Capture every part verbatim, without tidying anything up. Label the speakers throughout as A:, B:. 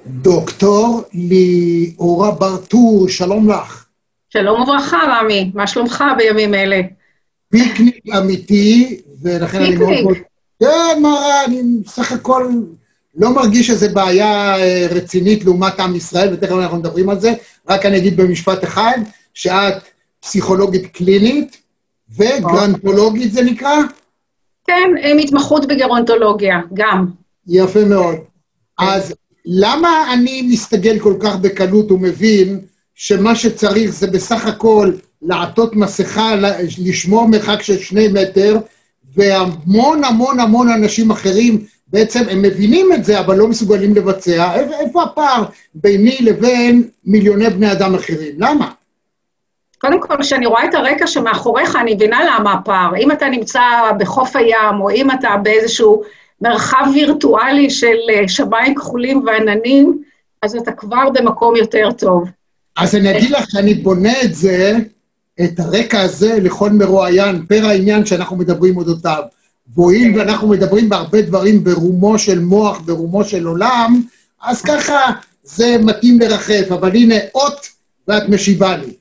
A: דוקטור ליאורה בר-טור, שלום לך.
B: שלום וברכה, רמי, מה שלומך בימים אלה?
A: פיקניק אמיתי, ולכן אני מאוד מאוד...
B: פיקניק?
A: כן, מה רע, אני סך הכל לא מרגיש שזו בעיה רצינית לעומת עם ישראל, ותכף אנחנו מדברים על זה, רק אני אגיד במשפט אחד, שאת פסיכולוגית קלינית, וגרנטולוגית זה נקרא?
B: כן, עם התמחות בגרונטולוגיה, גם.
A: יפה מאוד. אז למה אני מסתגל כל כך בקלות ומבין שמה שצריך זה בסך הכל לעטות מסכה, לשמור מרחק של שני מטר, והמון המון המון אנשים אחרים בעצם הם מבינים את זה, אבל לא מסוגלים לבצע. איפה הפער ביני לבין מיליוני בני אדם אחרים? למה?
B: קודם כל, כשאני רואה את הרקע שמאחוריך, אני מבינה למה הפער. אם אתה נמצא בחוף הים, או אם אתה באיזשהו מרחב וירטואלי של שמיים כחולים ועננים, אז אתה כבר במקום יותר טוב.
A: אז אני אגיד לך שאני בונה את זה, את הרקע הזה לכל מרואיין, פר העניין שאנחנו מדברים אודותיו. והואיל ואנחנו מדברים בהרבה דברים ברומו של מוח, ברומו של עולם, אז ככה זה מתאים לרחף, אבל הנה אות ואת משיבה לי.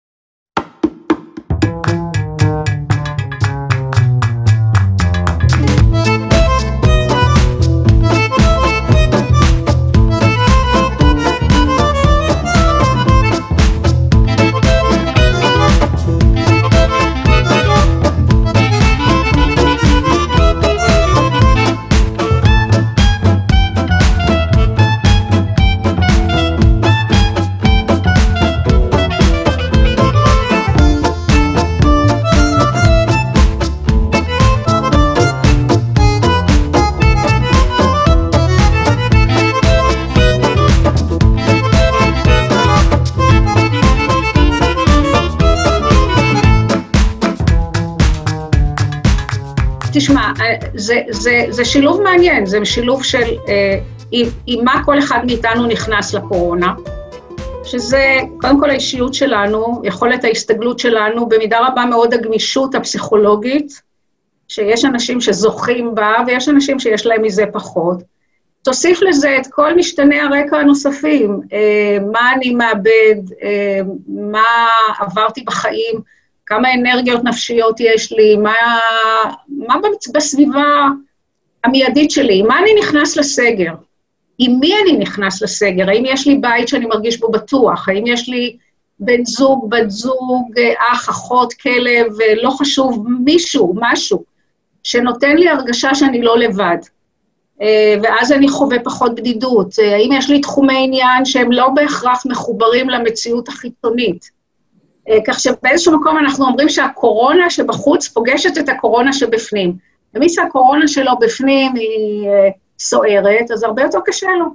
B: תשמע, זה, זה, זה שילוב מעניין, זה שילוב של אה, עם מה כל אחד מאיתנו נכנס לקורונה, שזה קודם כל האישיות שלנו, יכולת ההסתגלות שלנו, במידה רבה מאוד הגמישות הפסיכולוגית, שיש אנשים שזוכים בה, ויש אנשים שיש להם מזה פחות. תוסיף לזה את כל משתני הרקע הנוספים, אה, מה אני מאבד, אה, מה עברתי בחיים, כמה אנרגיות נפשיות יש לי, מה, מה בסביבה המיידית שלי, מה אני נכנס לסגר, עם מי אני נכנס לסגר, האם יש לי בית שאני מרגיש בו בטוח, האם יש לי בן זוג, בת זוג, אח, אחות, כלב, לא חשוב, מישהו, משהו, שנותן לי הרגשה שאני לא לבד, ואז אני חווה פחות בדידות, האם יש לי תחומי עניין שהם לא בהכרח מחוברים למציאות החיצונית, כך שבאיזשהו מקום אנחנו אומרים שהקורונה שבחוץ פוגשת את הקורונה שבפנים. ומי שהקורונה שלו בפנים היא סוערת, אז הרבה יותר קשה לו.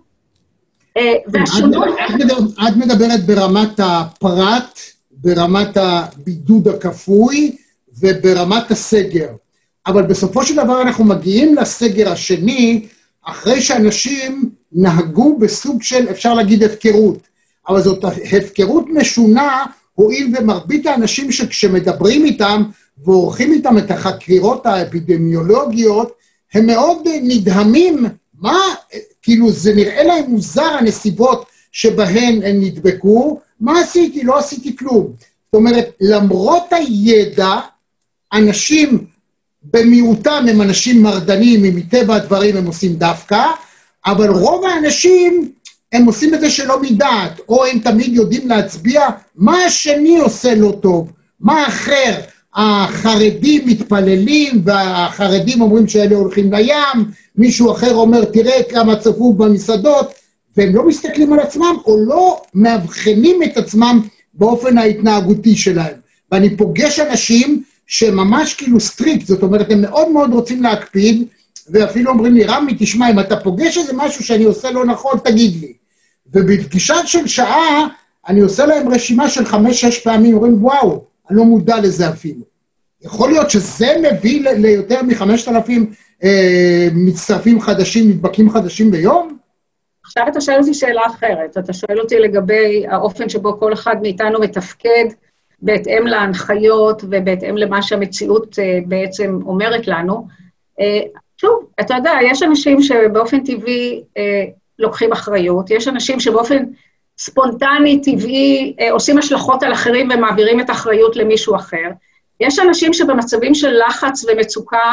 A: את מדברת ברמת הפרט, ברמת הבידוד הכפוי וברמת הסגר. אבל בסופו של דבר אנחנו מגיעים לסגר השני, אחרי שאנשים נהגו בסוג של, אפשר להגיד, הפקרות. אבל זאת הפקרות משונה, הואיל ומרבית האנשים שכשמדברים איתם ועורכים איתם את החקירות האפידמיולוגיות, הם מאוד נדהמים, מה, כאילו זה נראה להם מוזר הנסיבות שבהן הם נדבקו, מה עשיתי? לא עשיתי כלום. זאת אומרת, למרות הידע, אנשים במיעוטם הם אנשים מרדנים, מטבע הדברים הם עושים דווקא, אבל רוב האנשים הם עושים את זה שלא מדעת, או הם תמיד יודעים להצביע מה השני עושה לא טוב, מה אחר, החרדים מתפללים, והחרדים אומרים שאלה הולכים לים, מישהו אחר אומר תראה כמה צפוף במסעדות, והם לא מסתכלים על עצמם, או לא מאבחנים את עצמם באופן ההתנהגותי שלהם. ואני פוגש אנשים שממש כאילו סטריקט, זאת אומרת, הם מאוד מאוד רוצים להקפיד, ואפילו אומרים לי, רמי, תשמע, אם אתה פוגש איזה משהו שאני עושה לא נכון, תגיד לי. ובפגישה של שעה, אני עושה להם רשימה של חמש-שש פעמים, אומרים, וואו, אני לא מודע לזה אפילו. יכול להיות שזה מביא ליותר מחמשת אלפים אה, מצטרפים חדשים, נדבקים חדשים ביום?
B: עכשיו אתה שואל אותי שאלה אחרת, אתה שואל אותי לגבי האופן שבו כל אחד מאיתנו מתפקד, בהתאם להנחיות ובהתאם למה שהמציאות אה, בעצם אומרת לנו. אה, שוב, אתה יודע, יש אנשים שבאופן טבעי, אה, לוקחים אחריות, יש אנשים שבאופן ספונטני, טבעי, עושים השלכות על אחרים ומעבירים את האחריות למישהו אחר. יש אנשים שבמצבים של לחץ ומצוקה,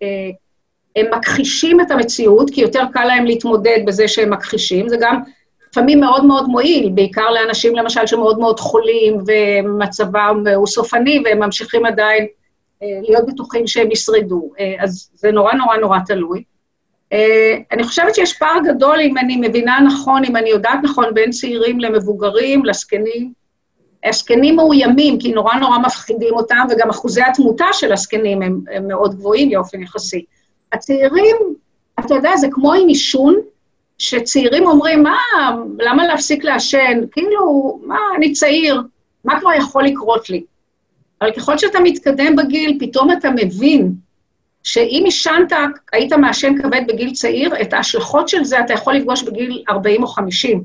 B: הם מכחישים את המציאות, כי יותר קל להם להתמודד בזה שהם מכחישים, זה גם לפעמים מאוד מאוד מועיל, בעיקר לאנשים למשל שמאוד מאוד חולים, ומצבם הוא סופני, והם ממשיכים עדיין להיות בטוחים שהם ישרדו, אז זה נורא נורא נורא תלוי. אני חושבת שיש פער גדול, אם אני מבינה נכון, אם אני יודעת נכון, בין צעירים למבוגרים, לזקנים. הזקנים מאוימים, כי נורא נורא מפחידים אותם, וגם אחוזי התמותה של הזקנים הם, הם מאוד גבוהים באופן יחסי. הצעירים, אתה יודע, זה כמו עם עישון, שצעירים אומרים, מה, למה להפסיק לעשן? כאילו, מה, אני צעיר, מה כבר יכול לקרות לי? אבל ככל שאתה מתקדם בגיל, פתאום אתה מבין, שאם עישנת, היית מעשן כבד בגיל צעיר, את ההשלכות של זה אתה יכול לפגוש בגיל ארבעים או חמישים,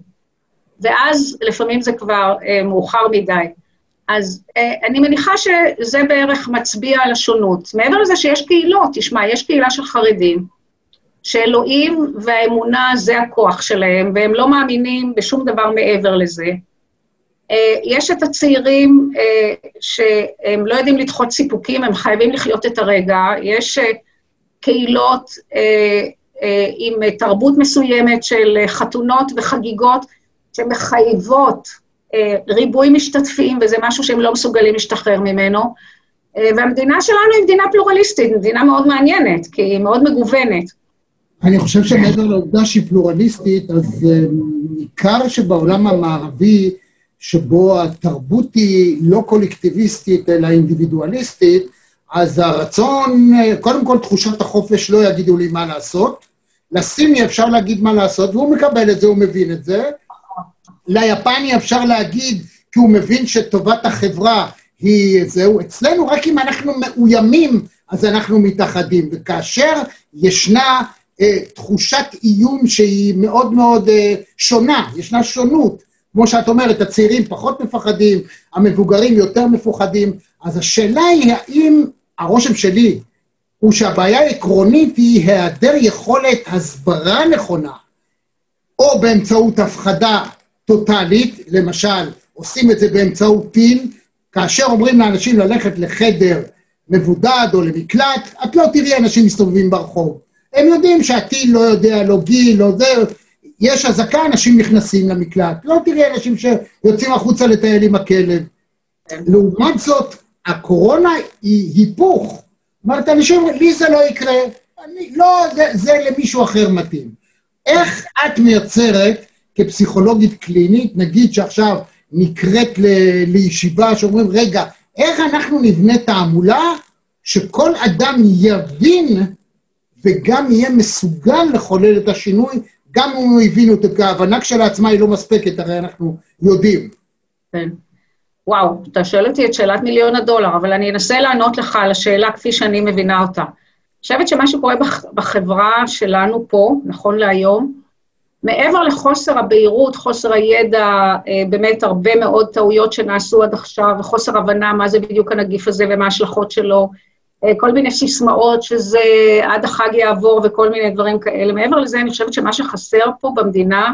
B: ואז לפעמים זה כבר אה, מאוחר מדי. אז אה, אני מניחה שזה בערך מצביע על השונות. מעבר לזה שיש קהילות, תשמע, יש קהילה של חרדים, שאלוהים והאמונה זה הכוח שלהם, והם לא מאמינים בשום דבר מעבר לזה. אה, יש את הצעירים אה, שהם לא יודעים לדחות סיפוקים, הם חייבים לחיות את הרגע. יש אה, קהילות אה, אה, עם תרבות מסוימת של חתונות וחגיגות, שמחייבות אה, ריבוי משתתפים, וזה משהו שהם לא מסוגלים להשתחרר ממנו. אה, והמדינה שלנו היא מדינה פלורליסטית, מדינה מאוד מעניינת, כי היא מאוד מגוונת.
A: אני חושב שמעבר לעובדה שהיא פלורליסטית, אז uh, ניכר שבעולם המערבי, שבו התרבות היא לא קולקטיביסטית, אלא אינדיבידואליסטית, אז הרצון, קודם כל תחושת החופש לא יגידו לי מה לעשות, לסיני אפשר להגיד מה לעשות, והוא מקבל את זה, הוא מבין את זה, ליפני אפשר להגיד, כי הוא מבין שטובת החברה היא זהו, אצלנו רק אם אנחנו מאוימים, אז אנחנו מתאחדים, וכאשר ישנה אה, תחושת איום שהיא מאוד מאוד אה, שונה, ישנה שונות, כמו שאת אומרת, הצעירים פחות מפחדים, המבוגרים יותר מפוחדים, אז השאלה היא האם, הרושם שלי, הוא שהבעיה העקרונית היא היעדר יכולת הסברה נכונה, או באמצעות הפחדה טוטלית, למשל, עושים את זה באמצעות טיל, כאשר אומרים לאנשים ללכת לחדר מבודד או למקלט, את לא תראי אנשים מסתובבים ברחוב. הם יודעים שהטיל לא יודע, לא גיל, לא זה, יש הזקה, אנשים נכנסים למקלט, לא תראי אנשים שיוצאים החוצה לטייל עם הכלב. לעומת זאת, הקורונה היא היפוך. אומרת, אנשים אומרים, לי זה לא יקרה, אני, לא, זה, זה למישהו אחר מתאים. איך את מייצרת כפסיכולוגית קלינית, נגיד שעכשיו נקראת ל- לישיבה שאומרים, רגע, איך אנחנו נבנה תעמולה שכל אדם יבין וגם יהיה מסוגל לחולל את השינוי, גם אם הוא הבין אותו, כי ההבנה כשלעצמה היא לא מספקת, הרי אנחנו יודעים.
B: כן. וואו, אתה שואל אותי את שאלת מיליון הדולר, אבל אני אנסה לענות לך על השאלה כפי שאני מבינה אותה. אני חושבת שמה שקורה בחברה שלנו פה, נכון להיום, מעבר לחוסר הבהירות, חוסר הידע, באמת הרבה מאוד טעויות שנעשו עד עכשיו, וחוסר הבנה מה זה בדיוק הנגיף הזה ומה ההשלכות שלו, כל מיני סיסמאות שזה עד החג יעבור וכל מיני דברים כאלה. מעבר לזה, אני חושבת שמה שחסר פה במדינה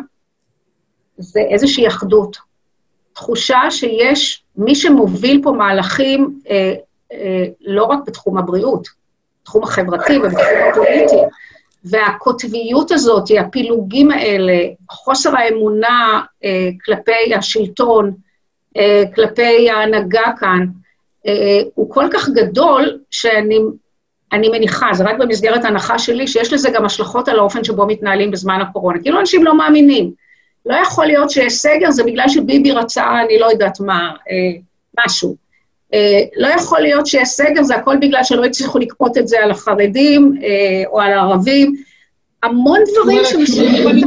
B: זה איזושהי אחדות. תחושה שיש מי שמוביל פה מהלכים אה, אה, לא רק בתחום הבריאות, בתחום החברתי ובתחום הפוליטי, והקוטביות הזאת, הפילוגים האלה, חוסר האמונה אה, כלפי השלטון, אה, כלפי ההנהגה כאן, אה, הוא כל כך גדול שאני אני מניחה, זה רק במסגרת ההנחה שלי, שיש לזה גם השלכות על האופן שבו מתנהלים בזמן הקורונה. כאילו אנשים לא מאמינים. לא יכול להיות שסגר זה בגלל שביבי רצה, אני לא יודעת מה, אה, משהו. אה, לא יכול להיות שסגר זה הכל בגלל שלא הצליחו לקפות את זה על החרדים אה, או על הערבים. המון דברים שמשתנים.
A: אם אני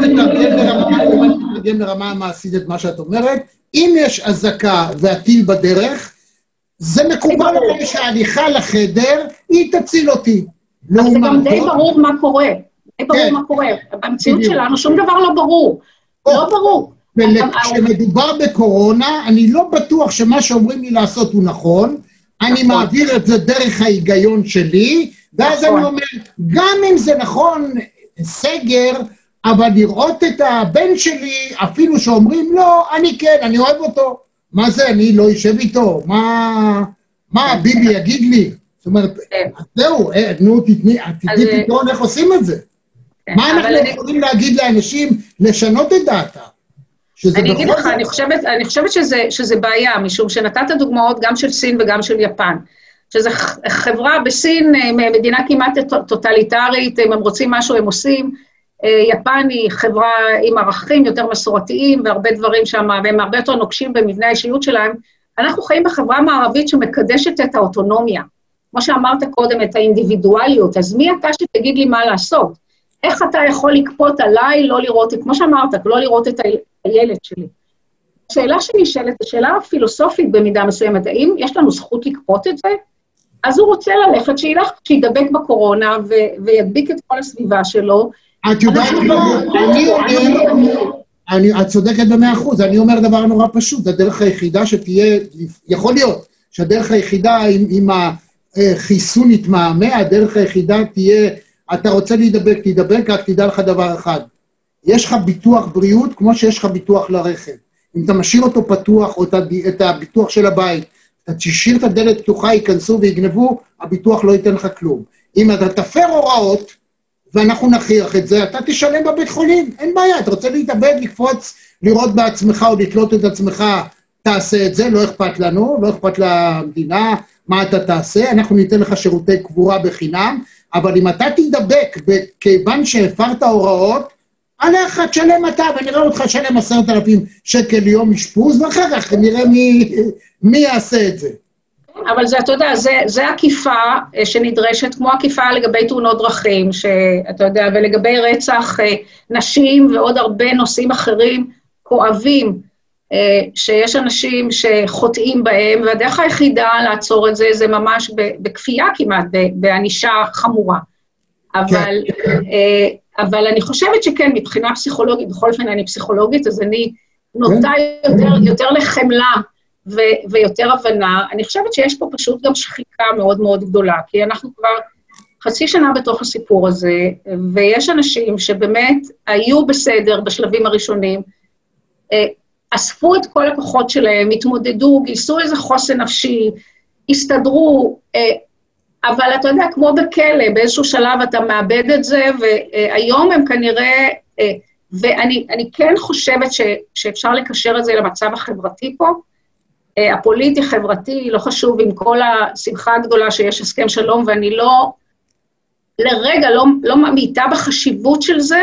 A: מתרגם לרמה המעשית את מה שאת אומרת, אם יש הזקה והטיל בדרך, זה מקובל עליי שההליכה לחדר, היא תציל אותי.
B: אבל זה גם די ברור מה קורה. די ברור מה קורה. במציאות שלנו שום דבר לא ברור. לא ברור.
A: וכשמדובר בקורונה, אני לא בטוח שמה שאומרים לי לעשות הוא נכון, אני מעביר את זה דרך ההיגיון שלי, ואז אני אומר, גם אם זה נכון, סגר, אבל לראות את הבן שלי, אפילו שאומרים, לא, אני כן, אני אוהב אותו. מה זה, אני לא יושב איתו? מה, מה ביבי יגיד לי? זאת אומרת, זהו, נו, תתני פתרון, איך עושים את זה? מה אנחנו יכולים להגיד לאנשים לשנות את דעתה?
B: אני אגיד לך, אני חושבת, אני חושבת שזה, שזה בעיה, משום שנתת דוגמאות גם של סין וגם של יפן, שזו חברה בסין, מדינה כמעט טוטליטרית, אם הם רוצים משהו הם עושים, יפן היא חברה עם ערכים יותר מסורתיים, והרבה דברים שם, והם הרבה יותר נוקשים במבנה האישיות שלהם. אנחנו חיים בחברה מערבית שמקדשת את האוטונומיה, כמו שאמרת קודם, את האינדיבידואליות, אז מי אתה שתגיד לי מה לעשות? איך אתה יכול לקפות עליי, לא לראות, כמו שאמרת, לא לראות את הילד שלי? השאלה שנשאלת, השאלה הפילוסופית במידה מסוימת, האם יש לנו זכות לקפות את זה? אז הוא רוצה ללכת, שילך, שידבק בקורונה, ו- וידביק את כל הסביבה שלו.
A: את יודעת מה? אני אומר, את צודקת במאה אחוז, אני אומר דבר נורא פשוט, הדרך היחידה שתהיה, יכול להיות, שהדרך היחידה, אם החיסון יתמהמה, הדרך היחידה תהיה, אתה רוצה להידבק, תידבק, רק תדע לך דבר אחד. יש לך ביטוח בריאות כמו שיש לך ביטוח לרכב. אם אתה משאיר אותו פתוח, או את הביטוח של הבית, אתה תשאיר את הדלת פתוחה, ייכנסו ויגנבו, הביטוח לא ייתן לך כלום. אם אתה תפר הוראות, ואנחנו נכריח את זה, אתה תשלם בבית חולים, אין בעיה, אתה רוצה להתאבד, לקפוץ, לראות בעצמך או לתלות את עצמך, תעשה את זה, לא אכפת לנו, לא אכפת למדינה, מה אתה תעשה, אנחנו ניתן לך שירותי קבורה בחינם, אבל אם אתה תדבק, כיוון שהפרת הוראות, עליך תשלם אתה, ונראה אותך שלם עשרת אלפים שקל ליום אשפוז, ואחר כך נראה מי, מי יעשה את זה.
B: אבל זה, אתה יודע, זה, זה עקיפה שנדרשת, כמו עקיפה לגבי תאונות דרכים, שאתה יודע, ולגבי רצח נשים ועוד הרבה נושאים אחרים כואבים, שיש אנשים שחוטאים בהם, והדרך היחידה לעצור את זה, זה ממש בכפייה כמעט, בענישה חמורה. אבל, אבל אני חושבת שכן, מבחינה פסיכולוגית, בכל אופן אני פסיכולוגית, אז אני נוטה יותר, יותר לחמלה, ו- ויותר הבנה. אני חושבת שיש פה פשוט גם שחיקה מאוד מאוד גדולה, כי אנחנו כבר חצי שנה בתוך הסיפור הזה, ויש אנשים שבאמת היו בסדר בשלבים הראשונים, אספו את כל הכוחות שלהם, התמודדו, גייסו איזה חוסן נפשי, הסתדרו, אבל אתה יודע, כמו בכלא, באיזשהו שלב אתה מאבד את זה, והיום הם כנראה, ואני אני כן חושבת ש- שאפשר לקשר את זה למצב החברתי פה, הפוליטי, חברתי, לא חשוב, עם כל השמחה הגדולה שיש הסכם שלום, ואני לא, לרגע, לא, לא מאמיתה בחשיבות של זה,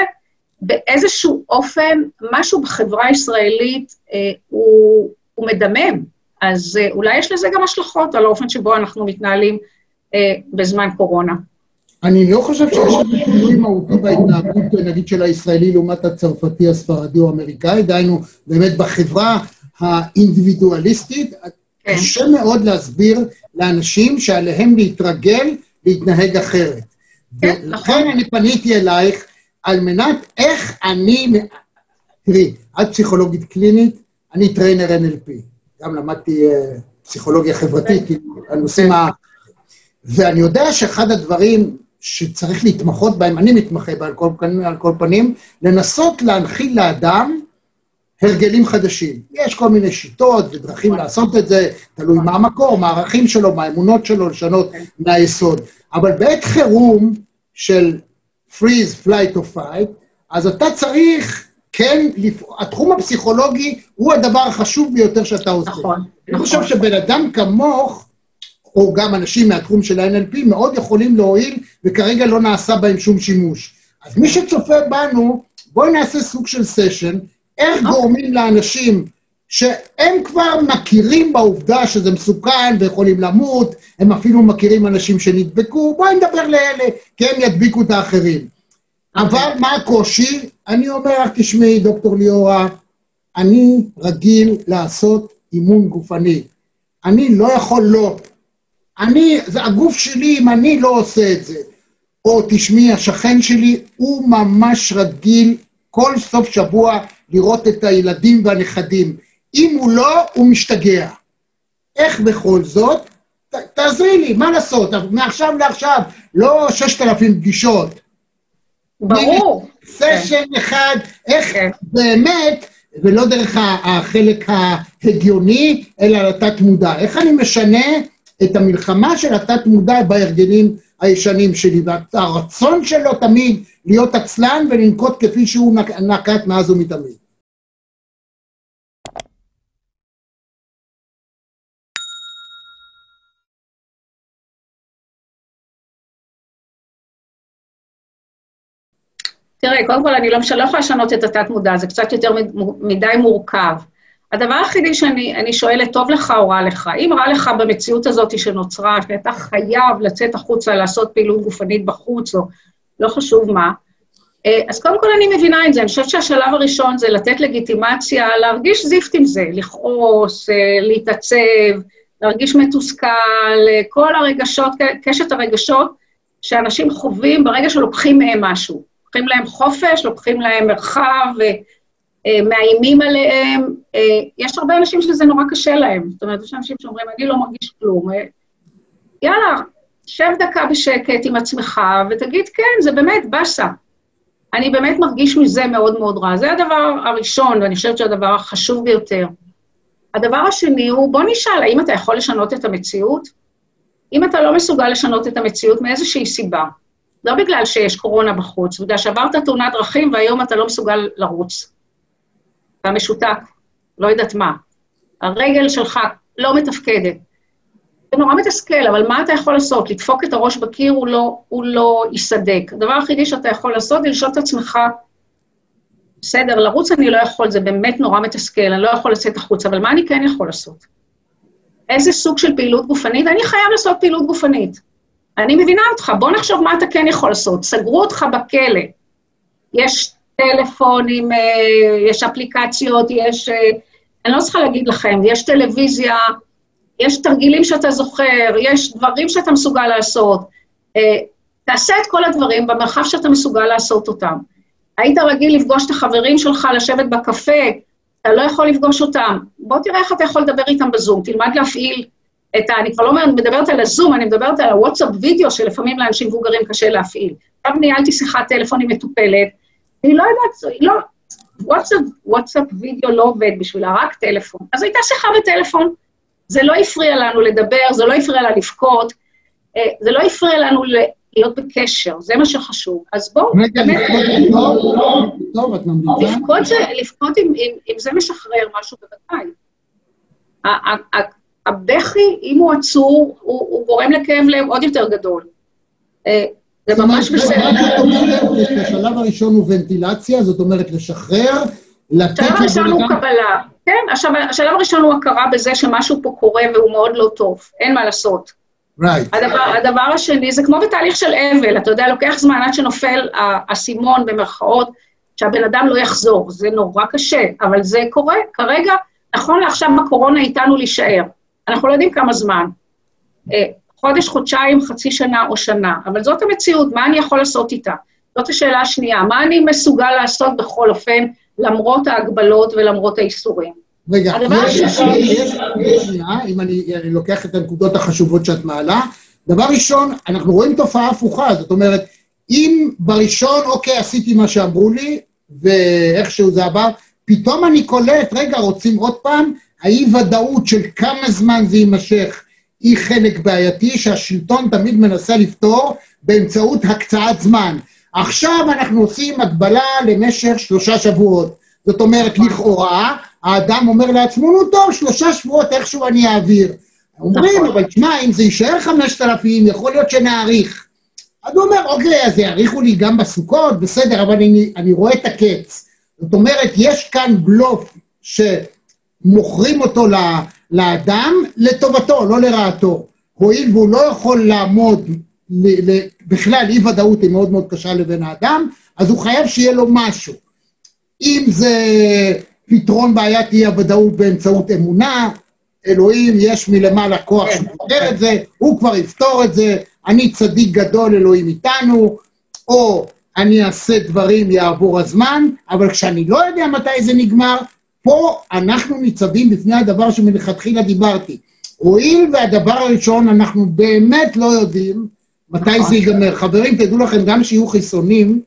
B: באיזשהו אופן, משהו בחברה הישראלית אה, הוא, הוא מדמם, אז אה, אולי יש לזה גם השלכות על האופן שבו אנחנו מתנהלים אה, בזמן קורונה.
A: אני לא חושב שיש שינוי מהותי בהתנהגות, נגיד, של הישראלי, לעומת הצרפתי, הספרדי או האמריקאי, דהיינו, באמת בחברה האינדיבידואליסטית, קשה מאוד להסביר לאנשים שעליהם להתרגל, להתנהג אחרת. ולכן אני פניתי אלייך, על מנת איך אני, תראי, את פסיכולוגית קלינית, אני טריינר אן אל פי, גם למדתי פסיכולוגיה חברתית, הנושאים ה... ואני יודע שאחד הדברים שצריך להתמחות בהם, אני מתמחה בה על כל, על כל פנים, לנסות להנחיל לאדם הרגלים חדשים. יש כל מיני שיטות ודרכים לעשות את זה, תלוי מה המקור, מה הערכים שלו, מה האמונות שלו, לשנות מהיסוד. אבל בעת חירום של freeze, flight or fight, אז אתה צריך, כן, התחום הפסיכולוגי הוא הדבר החשוב ביותר שאתה עושה.
B: נכון.
A: אני חושב שבן אדם כמוך, או גם אנשים מהתחום של ה-אן אל פי, מאוד יכולים להועיל, וכרגע לא נעשה בהם שום שימוש. אז מי שצופה בנו, בואי נעשה סוג של סשן, איך גורמים לאנשים שהם כבר מכירים בעובדה שזה מסוכן ויכולים למות, הם אפילו מכירים אנשים שנדבקו, בואי נדבר לאלה, כי הם ידביקו את האחרים. אבל מה הקושי? אני אומר לך, תשמעי, דוקטור ליאורה, אני רגיל לעשות אימון גופני. אני לא יכול לא. אני, זה הגוף שלי, אם אני לא עושה את זה. או תשמעי, השכן שלי הוא ממש רגיל כל סוף שבוע לראות את הילדים והנכדים. אם הוא לא, הוא משתגע. איך בכל זאת? ת, תעזרי לי, מה לעשות? מעכשיו לעכשיו, לא ששת אלפים פגישות.
B: ברור,
A: סשן אחד, איך באמת, ולא דרך החלק ההגיוני, אלא לתת מודע. איך אני משנה את המלחמה של התת מודע בהרגלים הישנים שלי, והרצון שלו תמיד להיות עצלן ולנקוט כפי שהוא נקט מאז ומתמיד.
B: תראה, קודם כל אני לא, לא יכולה לשנות את התת מודע, זה קצת יותר מדי מורכב. הדבר היחידי שאני אני שואלת, טוב לך או רע לך? אם רע לך במציאות הזאת שנוצרה, שאתה חייב לצאת החוצה, לעשות פעילות גופנית בחוץ, או לא חשוב מה, אז קודם כל אני מבינה את זה, אני חושבת שהשלב הראשון זה לתת לגיטימציה, להרגיש זיפט עם זה, לכעוס, להתעצב, להרגיש מתוסכל, כל הרגשות, קשת הרגשות שאנשים חווים ברגע שלוקחים מהם משהו. לוקחים להם חופש, לוקחים להם מרחב, מאיימים עליהם. יש הרבה אנשים שזה נורא קשה להם. זאת אומרת, יש אנשים שאומרים, אני לא מרגיש כלום. יאללה, שב דקה בשקט עם עצמך, ותגיד, כן, זה באמת בסה. אני באמת מרגיש מזה מאוד מאוד רע. זה הדבר הראשון, ואני חושבת שהדבר החשוב ביותר. הדבר השני הוא, בוא נשאל, האם אתה יכול לשנות את המציאות? אם אתה לא מסוגל לשנות את המציאות, מאיזושהי סיבה. לא בגלל שיש קורונה בחוץ, בגלל שעברת תאונת דרכים והיום אתה לא מסוגל לרוץ. אתה משותק, לא יודעת מה. הרגל שלך לא מתפקדת. זה נורא מתסכל, אבל מה אתה יכול לעשות? לדפוק את הראש בקיר הוא לא, הוא לא יסדק. הדבר היחידי שאתה יכול לעשות זה לשאול את עצמך, בסדר, לרוץ אני לא יכול, זה באמת נורא מתסכל, אני לא יכול לצאת החוץ, אבל מה אני כן יכול לעשות? איזה סוג של פעילות גופנית? אני חייב לעשות פעילות גופנית. אני מבינה אותך, בוא נחשוב מה אתה כן יכול לעשות. סגרו אותך בכלא. יש טלפונים, יש אפליקציות, יש... אני לא צריכה להגיד לכם, יש טלוויזיה, יש תרגילים שאתה זוכר, יש דברים שאתה מסוגל לעשות. תעשה את כל הדברים במרחב שאתה מסוגל לעשות אותם. היית רגיל לפגוש את החברים שלך, לשבת בקפה, אתה לא יכול לפגוש אותם. בוא תראה איך אתה יכול לדבר איתם בזום, תלמד להפעיל את ה... אני כבר לא מדברת על הזום, אני מדברת על הוואטסאפ וידאו, שלפעמים לאנשים מבוגרים קשה להפעיל. עכשיו ניהלתי שיחת טלפון עם מטופלת, אני לא יודעת, לא, וואטסאפ, וואטסאפ וידאו לא עובד בשבילה, רק טלפון. אז הייתה שיחה בטלפון, זה לא הפריע לנו לדבר, זה לא הפריע לה לבכות, זה לא הפריע לנו להיות בקשר, זה מה שחשוב. אז בואו... לבכות אם זה משחרר משהו בוודאי. הבכי, אם הוא עצור, הוא גורם לכאב לב עוד יותר גדול. זה ממש בסדר.
A: השלב הראשון הוא ונטילציה, זאת אומרת לשחרר, לתת...
B: השלב הראשון הוא קבלה. כן, השלב הראשון הוא הכרה בזה שמשהו פה קורה והוא מאוד לא טוב, אין מה לעשות. הדבר השני, זה כמו בתהליך של אבל, אתה יודע, לוקח זמן עד שנופל הסימון במרכאות, שהבן אדם לא יחזור, זה נורא קשה, אבל זה קורה כרגע, נכון לעכשיו הקורונה איתנו להישאר, אנחנו לא יודעים כמה זמן, חודש, חודשיים, חצי שנה או שנה, אבל זאת המציאות, מה אני יכול לעשות איתה? זאת השאלה השנייה, מה אני מסוגל לעשות בכל אופן, למרות ההגבלות ולמרות האיסורים?
A: רגע, יש שנייה, אם אני לוקח את הנקודות החשובות שאת מעלה, דבר ראשון, אנחנו רואים תופעה הפוכה, זאת אומרת, אם בראשון, אוקיי, עשיתי מה שאמרו לי, ואיכשהו זה עבר, פתאום אני קולט, רגע, רוצים עוד פעם, האי-ודאות של כמה זמן זה יימשך, היא חלק בעייתי שהשלטון תמיד מנסה לפתור באמצעות הקצאת זמן. עכשיו אנחנו עושים הגבלה למשך שלושה שבועות. זאת אומרת, לכאורה, האדם אומר לעצמו, נו טוב, שלושה שבועות איכשהו אני אעביר. אומרים, אבל תשמע, אם זה יישאר חמשת אלפים, יכול להיות שנעריך. אז הוא אומר, אוקיי, אז יעריכו לי גם בסוכות, בסדר, אבל אני, אני רואה את הקץ. זאת אומרת, יש כאן בלוף שמוכרים אותו לאדם לטובתו, לא לרעתו. הואיל והוא לא יכול לעמוד, בכלל אי ודאות היא מאוד מאוד קשה לבן האדם, אז הוא חייב שיהיה לו משהו. אם זה פתרון בעיית אי הוודאות באמצעות אמונה, אלוהים יש מלמעלה כוח שפותר את זה, הוא כבר יפתור את זה, אני צדיק גדול, אלוהים איתנו, או אני אעשה דברים, יעבור הזמן, אבל כשאני לא יודע מתי זה נגמר, פה אנחנו ניצבים בפני הדבר שמלכתחילה דיברתי. הואיל והדבר הראשון, אנחנו באמת לא יודעים מתי זה ייגמר. חברים, תדעו לכם, גם שיהיו חיסונים,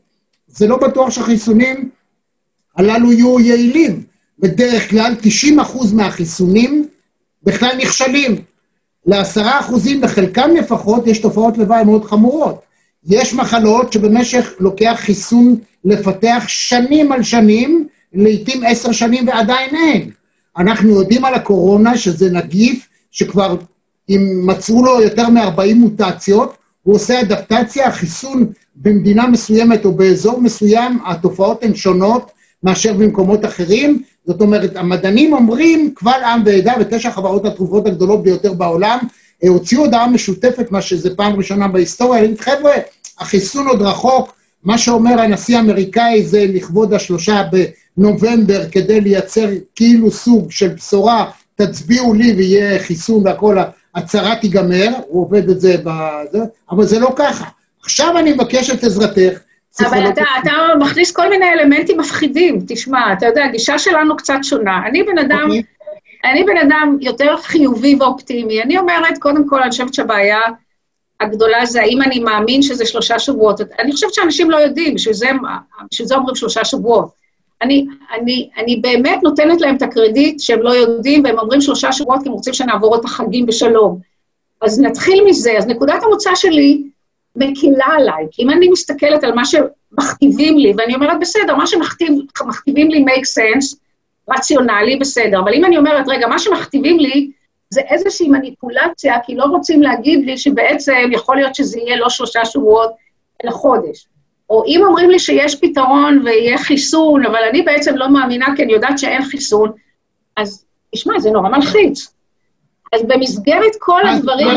A: זה לא בטוח שהחיסונים הללו יהיו יעילים. בדרך כלל תשעים אחוז מהחיסונים בכלל נכשלים. לעשרה אחוזים בחלקם לפחות יש תופעות לוואי מאוד חמורות. יש מחלות שבמשך לוקח חיסון לפתח שנים על שנים, לעתים עשר שנים ועדיין אין. אנחנו יודעים על הקורונה שזה נגיף שכבר אם מצאו לו יותר מ-ארבעים מוטציות, הוא עושה אדפטציה, החיסון במדינה מסוימת או באזור מסוים, התופעות הן שונות מאשר במקומות אחרים. זאת אומרת, המדענים אומרים, קבל עם ועדה, ותשע חברות התרופות הגדולות ביותר בעולם, הוציאו הודעה משותפת, מה שזה פעם ראשונה בהיסטוריה, להגיד, חבר'ה, החיסון עוד רחוק, מה שאומר הנשיא האמריקאי זה לכבוד השלושה בנובמבר, כדי לייצר כאילו סוג של בשורה, תצביעו לי ויהיה חיסון והכל, הצהרה תיגמר, הוא עובד את זה בזה, אבל זה לא ככה. עכשיו אני מבקש את עזרתך,
B: אבל אתה, אתה מכניס כל מיני אלמנטים מפחידים, תשמע, אתה יודע, הגישה שלנו קצת שונה. אני בן אדם, okay. אני בן אדם יותר חיובי ואופטימי. אני אומרת, קודם כל, אני חושבת שהבעיה הגדולה זה, האם אני מאמין שזה שלושה שבועות. אני חושבת שאנשים לא יודעים, בשביל זה, בשביל זה אומרים שלושה שבועות. אני, אני, אני באמת נותנת להם את הקרדיט שהם לא יודעים, והם אומרים שלושה שבועות, כי הם רוצים שנעבור את החגים בשלום. אז נתחיל מזה. אז נקודת המוצא שלי, מקילה עליי, כי אם אני מסתכלת על מה שמכתיבים לי, ואני אומרת, בסדר, מה שמכתיבים לי make sense, רציונלי, בסדר, אבל אם אני אומרת, רגע, מה שמכתיבים לי, זה איזושהי מניפולציה, כי לא רוצים להגיד לי שבעצם יכול להיות שזה יהיה לא שלושה שבועות, אלא חודש. או אם אומרים לי שיש פתרון ויהיה חיסון, אבל אני בעצם לא מאמינה, כי אני יודעת שאין חיסון, אז תשמע, זה נורא מלחיץ. אז במסגרת כל הדברים...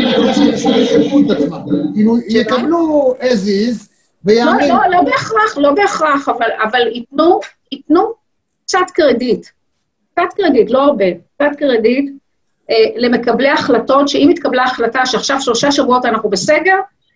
A: יקבלו as is ויאמין.
B: לא, לא בהכרח, לא בהכרח, אבל ייתנו קצת קרדיט, קצת קרדיט, לא הרבה, קצת קרדיט למקבלי החלטות, שאם התקבלה החלטה שעכשיו שלושה שבועות אנחנו בסגר,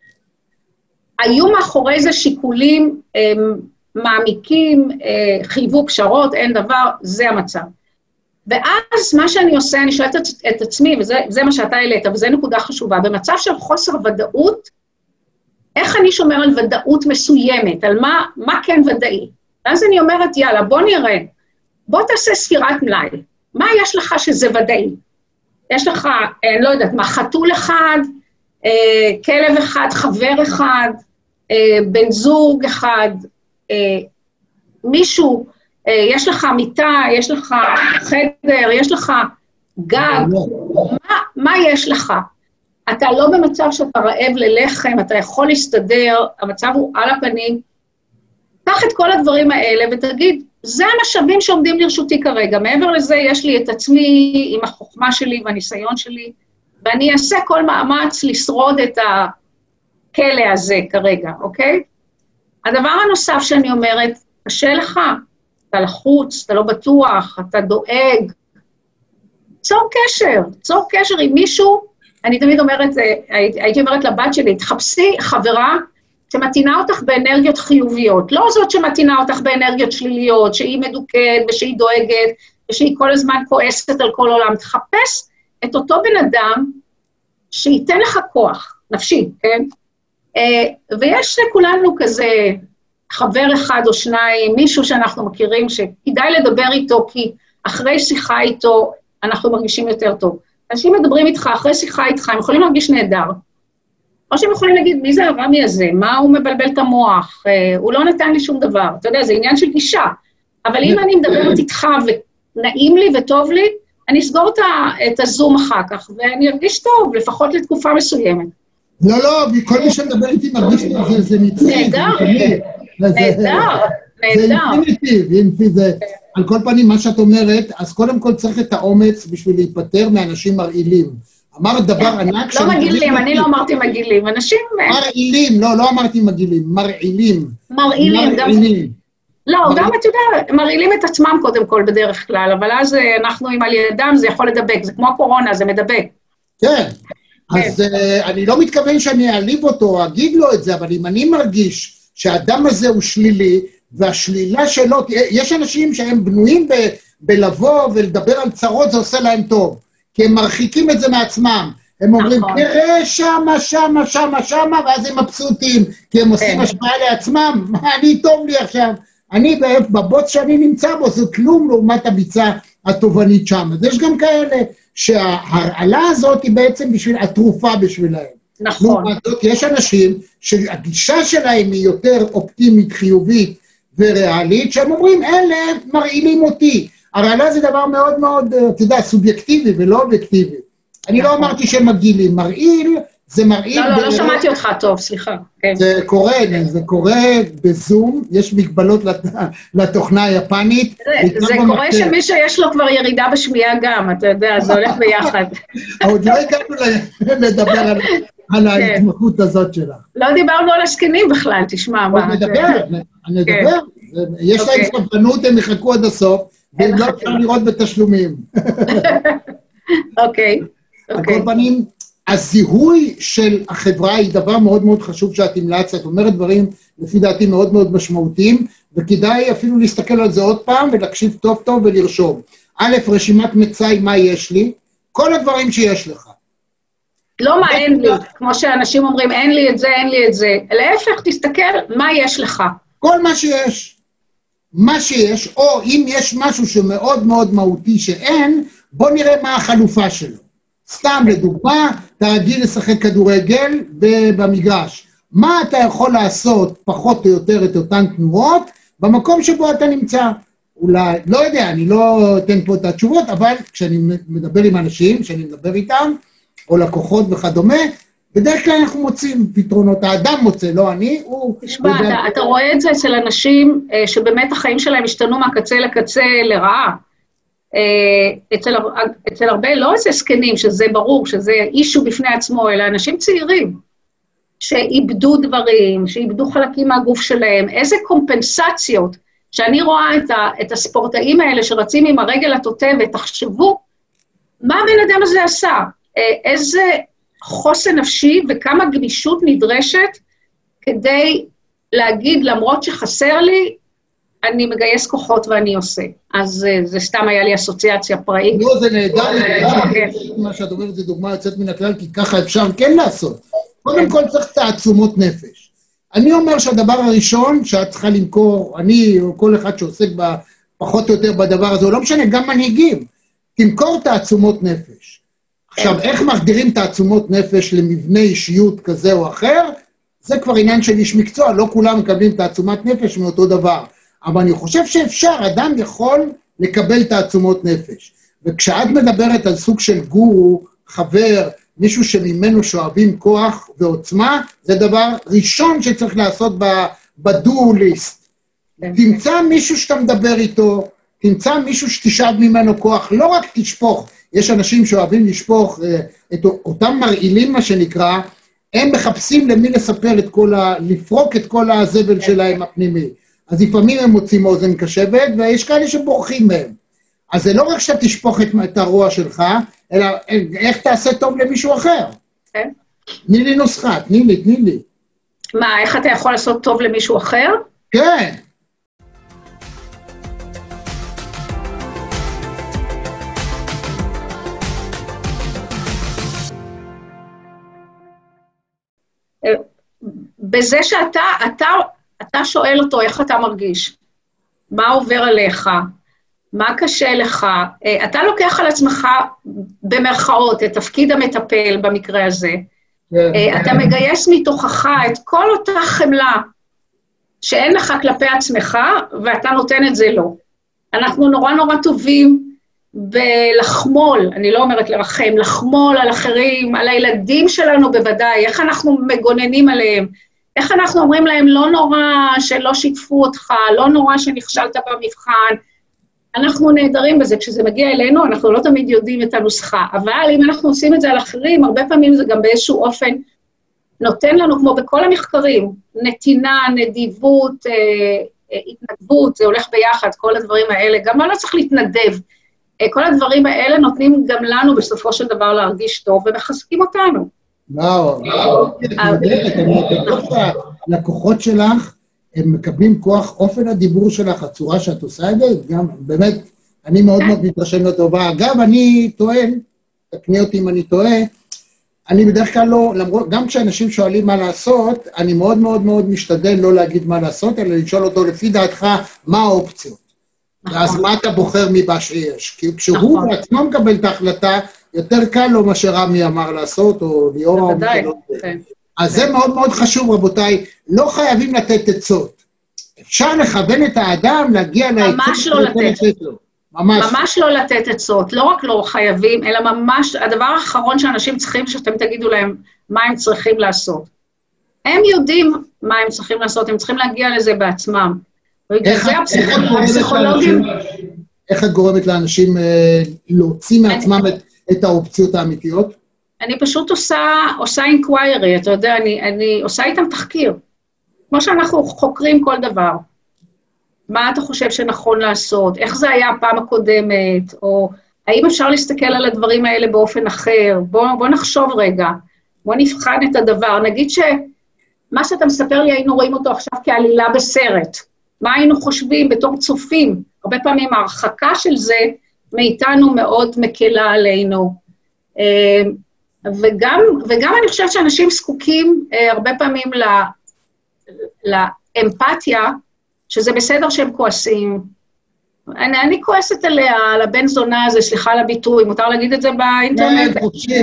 B: היו מאחורי זה שיקולים מעמיקים, חייבו פשרות, אין דבר, זה המצב. ואז מה שאני עושה, אני שואלת את, את עצמי, וזה מה שאתה העלית, וזו נקודה חשובה, במצב של חוסר ודאות, איך אני שומר על ודאות מסוימת, על מה, מה כן ודאי? ואז אני אומרת, יאללה, בוא נראה, בוא תעשה ספירת מלאי, מה יש לך שזה ודאי? יש לך, אני לא יודעת, מה, חתול אחד, אה, כלב אחד, חבר אחד, אה, בן זוג אחד, אה, מישהו, יש לך מיטה, יש לך חדר, יש לך גג, מה, מה יש לך? אתה לא במצב שאתה רעב ללחם, אתה יכול להסתדר, המצב הוא על הפנים. קח את כל הדברים האלה ותגיד, זה המשאבים שעומדים לרשותי כרגע, מעבר לזה יש לי את עצמי עם החוכמה שלי והניסיון שלי, ואני אעשה כל מאמץ לשרוד את הכלא הזה כרגע, אוקיי? הדבר הנוסף שאני אומרת, קשה לך, אתה לחוץ, אתה לא בטוח, אתה דואג. צור קשר, צור קשר עם מישהו, אני תמיד אומרת, הייתי אומרת לבת שלי, תחפשי חברה שמתינה אותך באנרגיות חיוביות, לא זאת שמתינה אותך באנרגיות שליליות, שהיא מדוכאת ושהיא דואגת, ושהיא כל הזמן כועסת על כל עולם. תחפש את אותו בן אדם שייתן לך כוח, נפשי, כן? ויש לכולנו כזה, חבר אחד או שניים, מישהו שאנחנו מכירים, שכדאי לדבר איתו, כי אחרי שיחה איתו, אנחנו מרגישים יותר טוב. אנשים מדברים איתך, אחרי שיחה איתך, הם יכולים להרגיש נהדר. או שהם יכולים להגיד, מי זה הרמי הזה? מה הוא מבלבל את המוח? הוא לא נתן לי שום דבר. אתה יודע, זה עניין של גישה. אבל אם אני מדברת איתך ונעים לי וטוב לי, אני אסגור את הזום אחר כך, ואני ארגיש טוב, לפחות לתקופה מסוימת.
A: לא, לא, כל מי שמדבר איתי מרגיש טוב, זה נצחי.
B: נהדר. נהדר, נהדר.
A: זה אינפיניטיב, זה, על כל פנים, מה שאת אומרת, אז קודם כל צריך את האומץ בשביל להיפטר מאנשים מרעילים. אמרת דבר ענק...
B: לא מגעילים, אני לא אמרתי מגעילים, אנשים...
A: מרעילים, לא, לא אמרתי מגעילים, מרעילים.
B: מרעילים, גם... לא, גם אתה יודע, מרעילים את עצמם קודם כל בדרך כלל, אבל אז אנחנו עם על ידם, זה יכול לדבק, זה כמו הקורונה, זה מדבק.
A: כן, אז אני לא מתכוון שאני אעליב אותו, אגיד לו את זה, אבל אם אני מרגיש שהאדם הזה הוא שלילי, והשלילה שלו, יש אנשים שהם בנויים ב, בלבוא ולדבר על צרות, זה עושה להם טוב, כי הם מרחיקים את זה מעצמם. הם אומרים, תראה שמה, שמה, שמה, שמה, ואז הם מבסוטים, כי הם עושים השפעה לעצמם, מה, אני טוב לי עכשיו, אני בבוץ שאני נמצא בו, זה כלום לעומת הביצה התובנית שם. אז יש גם כאלה שההרעלה הזאת היא בעצם בשביל, התרופה בשבילהם.
B: נכון.
A: יש אנשים שהגישה שלהם היא יותר אופטימית, חיובית וריאלית, שהם אומרים, אלה מרעילים אותי. הרעלה זה דבר מאוד מאוד, אתה יודע, סובייקטיבי ולא אובייקטיבי. אני לא אמרתי שהם מגעילים, מרעיל, זה מרעיל...
B: לא, לא, לא שמעתי אותך טוב, סליחה.
A: זה קורה, זה קורה בזום, יש מגבלות לתוכנה היפנית.
B: זה קורה שמי שיש לו כבר ירידה בשמיעה גם, אתה יודע, זה הולך ביחד.
A: עוד לא הגענו לדבר על ההתמחות הזאת שלך.
B: לא דיברנו על השכנים בכלל, תשמע מה.
A: נדבר, נדבר. יש להם סבלנות, הם יחכו עד הסוף, והם לא אפשר לראות בתשלומים.
B: אוקיי.
A: על כל פנים, הזיהוי של החברה היא דבר מאוד מאוד חשוב שאת המלצת, את אומרת דברים לפי דעתי מאוד מאוד משמעותיים, וכדאי אפילו להסתכל על זה עוד פעם ולהקשיב טוב טוב ולרשום. א', רשימת מצאי, מה יש לי? כל הדברים שיש לך.
B: לא מה אין לי, כמו שאנשים אומרים, אין לי את זה, אין לי את זה. להפך, תסתכל מה יש לך.
A: כל מה שיש. מה שיש, או אם יש משהו שמאוד מאוד מהותי שאין, בוא נראה מה החלופה שלו. סתם לדוגמה, אתה רגיל לשחק כדורגל במגרש. מה אתה יכול לעשות פחות או יותר את אותן תנועות במקום שבו אתה נמצא? אולי, לא יודע, אני לא אתן פה את התשובות, אבל כשאני מדבר עם אנשים, כשאני מדבר איתם, או לקוחות וכדומה, בדרך כלל אנחנו מוצאים פתרונות, האדם מוצא, לא אני, הוא...
B: תשמע, אתה, אתה רואה את זה אצל אנשים שבאמת החיים שלהם השתנו מהקצה לקצה לרעה. אצל, אצל הרבה לא איזה סקנים, שזה ברור, שזה אישו בפני עצמו, אלא אנשים צעירים, שאיבדו דברים, שאיבדו חלקים מהגוף שלהם, איזה קומפנסציות, שאני רואה את, ה, את הספורטאים האלה שרצים עם הרגל התותבת, תחשבו, מה הבן אדם הזה עשה? איזה חוסן נפשי וכמה גמישות נדרשת, כדי להגיד, למרות שחסר לי, אני מגייס כוחות ואני עושה. אז זה סתם היה לי אסוציאציה פראית.
A: לא, זה נהדר, מה שאת אומרת זה דוגמה יוצאת מן הכלל, כי ככה אפשר כן לעשות. קודם כל צריך תעצומות נפש. אני אומר שהדבר הראשון שאת צריכה למכור, אני או כל אחד שעוסק פחות או יותר בדבר הזה, או לא משנה, גם מנהיגים, תמכור תעצומות נפש. עכשיו, איך מגדירים תעצומות נפש למבנה אישיות כזה או אחר? זה כבר עניין של איש מקצוע, לא כולם מקבלים תעצומת נפש מאותו דבר. אבל אני חושב שאפשר, אדם יכול לקבל תעצומות נפש. וכשאת מדברת על סוג של גורו, חבר, מישהו שממנו שואבים כוח ועוצמה, זה דבר ראשון שצריך לעשות בדו-ליסט. תמצא מישהו שאתה מדבר איתו, תמצא מישהו שתשאב ממנו כוח, לא רק תשפוך. יש אנשים שאוהבים לשפוך את אותם מרעילים, מה שנקרא, הם מחפשים למי לספר את כל ה... לפרוק את כל הזבל שלהם הפנימי. אז לפעמים הם מוצאים אוזן קשבת, ויש כאלה שבורחים מהם. אז זה לא רק שאתה תשפוך את הרוע שלך, אלא איך תעשה טוב למישהו אחר.
B: כן.
A: תני לי נוסחה, תני לי, תני לי.
B: מה, איך אתה יכול לעשות טוב למישהו אחר?
A: כן.
B: בזה שאתה, אתה, אתה שואל אותו איך אתה מרגיש, מה עובר עליך, מה קשה לך, אתה לוקח על עצמך במרכאות את תפקיד המטפל במקרה הזה, אתה מגייס מתוכך את כל אותה חמלה שאין לך כלפי עצמך, ואתה נותן את זה לו. אנחנו נורא נורא טובים בלחמול, אני לא אומרת לרחם, לחמול על אחרים, על הילדים שלנו בוודאי, איך אנחנו מגוננים עליהם, איך אנחנו אומרים להם, לא נורא שלא שיתפו אותך, לא נורא שנכשלת במבחן, אנחנו נהדרים בזה, כשזה מגיע אלינו, אנחנו לא תמיד יודעים את הנוסחה, אבל אם אנחנו עושים את זה על אחרים, הרבה פעמים זה גם באיזשהו אופן, נותן לנו, כמו בכל המחקרים, נתינה, נדיבות, אה, אה, התנדבות, זה הולך ביחד, כל הדברים האלה, גם לא צריך להתנדב, אה, כל הדברים האלה נותנים גם לנו בסופו של דבר להרגיש טוב, ומחזקים אותנו.
A: לא, אני בטוח שהלקוחות שלך, הם מקבלים כוח, אופן הדיבור שלך, הצורה שאת עושה את זה, גם באמת, אני מאוד מאוד מתרשם לטובה. אגב, אני טוען, תקני אותי אם אני טועה, אני בדרך כלל לא, למרות, גם כשאנשים שואלים מה לעשות, אני מאוד מאוד מאוד משתדל לא להגיד מה לעשות, אלא לשאול אותו לפי דעתך מה האופציות. נכון. אז מה אתה בוחר ממה שיש? כי כשהוא נכון. בעצמו מקבל את ההחלטה, יותר קל לו מה שרמי אמר לעשות, או ליאור או מי שלא. כן. אז כן. זה מאוד מאוד חשוב, רבותיי, לא חייבים לתת עצות. אפשר לכוון את האדם להגיע לעצות.
B: ממש לא לתת. לו. ממש. ממש לא לתת עצות, לא רק לא חייבים, אלא ממש, הדבר האחרון שאנשים צריכים, שאתם תגידו להם מה הם צריכים לעשות. הם יודעים מה הם צריכים לעשות, הם צריכים להגיע לזה בעצמם.
A: איך, הפסיכולוגים... איך את גורמת לאנשים אה, להוציא מעצמם אני, את, את האופציות האמיתיות?
B: אני פשוט עושה, עושה inquiry, אתה יודע, אני, אני עושה איתם תחקיר. כמו שאנחנו חוקרים כל דבר. מה אתה חושב שנכון לעשות? איך זה היה הפעם הקודמת? או האם אפשר להסתכל על הדברים האלה באופן אחר? בוא, בוא נחשוב רגע. בוא נבחן את הדבר. נגיד שמה שאתה מספר לי, היינו רואים אותו עכשיו כעלילה בסרט. מה היינו חושבים בתור צופים? הרבה פעמים ההרחקה של זה מאיתנו מאוד מקלה עלינו. וגם, וגם אני חושבת שאנשים זקוקים הרבה פעמים לה, לאמפתיה, שזה בסדר שהם כועסים. אני, אני כועסת עליה, על הבן זונה הזה, סליחה על הביטוי, מותר להגיד את זה באינטרנט?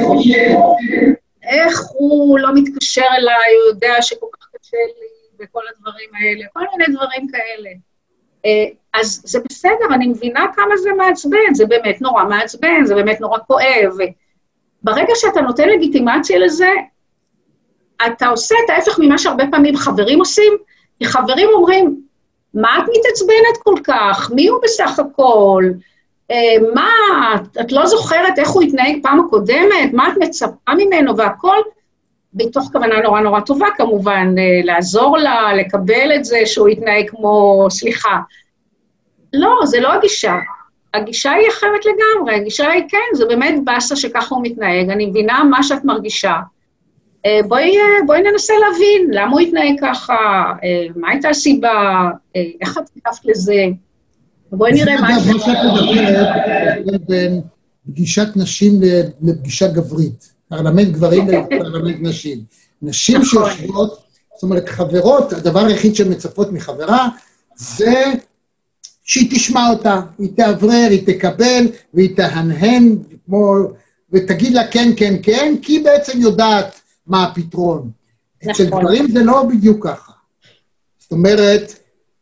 B: איך הוא לא מתקשר אליי, הוא יודע שכל כך קשה לי, וכל הדברים האלה, כל מיני דברים כאלה. אז זה בסדר, אני מבינה כמה זה מעצבן, זה באמת נורא מעצבן, זה באמת נורא כואב. ברגע שאתה נותן לגיטימציה לזה, אתה עושה את ההפך ממה שהרבה פעמים חברים עושים, כי חברים אומרים, מה את מתעצבנת כל כך? מי הוא בסך הכל? מה, את לא זוכרת איך הוא התנהג פעם הקודמת? מה את מצפה ממנו והכל? בתוך כוונה נורא נורא טובה כמובן, לעזור לה, לקבל את זה שהוא יתנהג כמו סליחה. לא, זה לא הגישה. הגישה היא אחרת לגמרי, הגישה היא כן, זה באמת בסה שככה הוא מתנהג, אני מבינה מה שאת מרגישה. בואי, בואי ננסה להבין למה הוא יתנהג ככה, מה הייתה הסיבה, איך את כתבת לזה, בואי נראה מה...
A: זה מה שאת מדברת בין פגישת נשים לפגישה גברית, פרלמנט גברים לפרלמנט נשים. נשים שיושבות, זאת אומרת חברות, הדבר היחיד שמצפות מחברה, זה שהיא תשמע אותה, היא תעברר, היא תקבל, והיא תהנהן, ותגיד לה כן, כן, כן, כי היא בעצם יודעת, מה הפתרון. אצל גברים זה לא בדיוק ככה. זאת אומרת,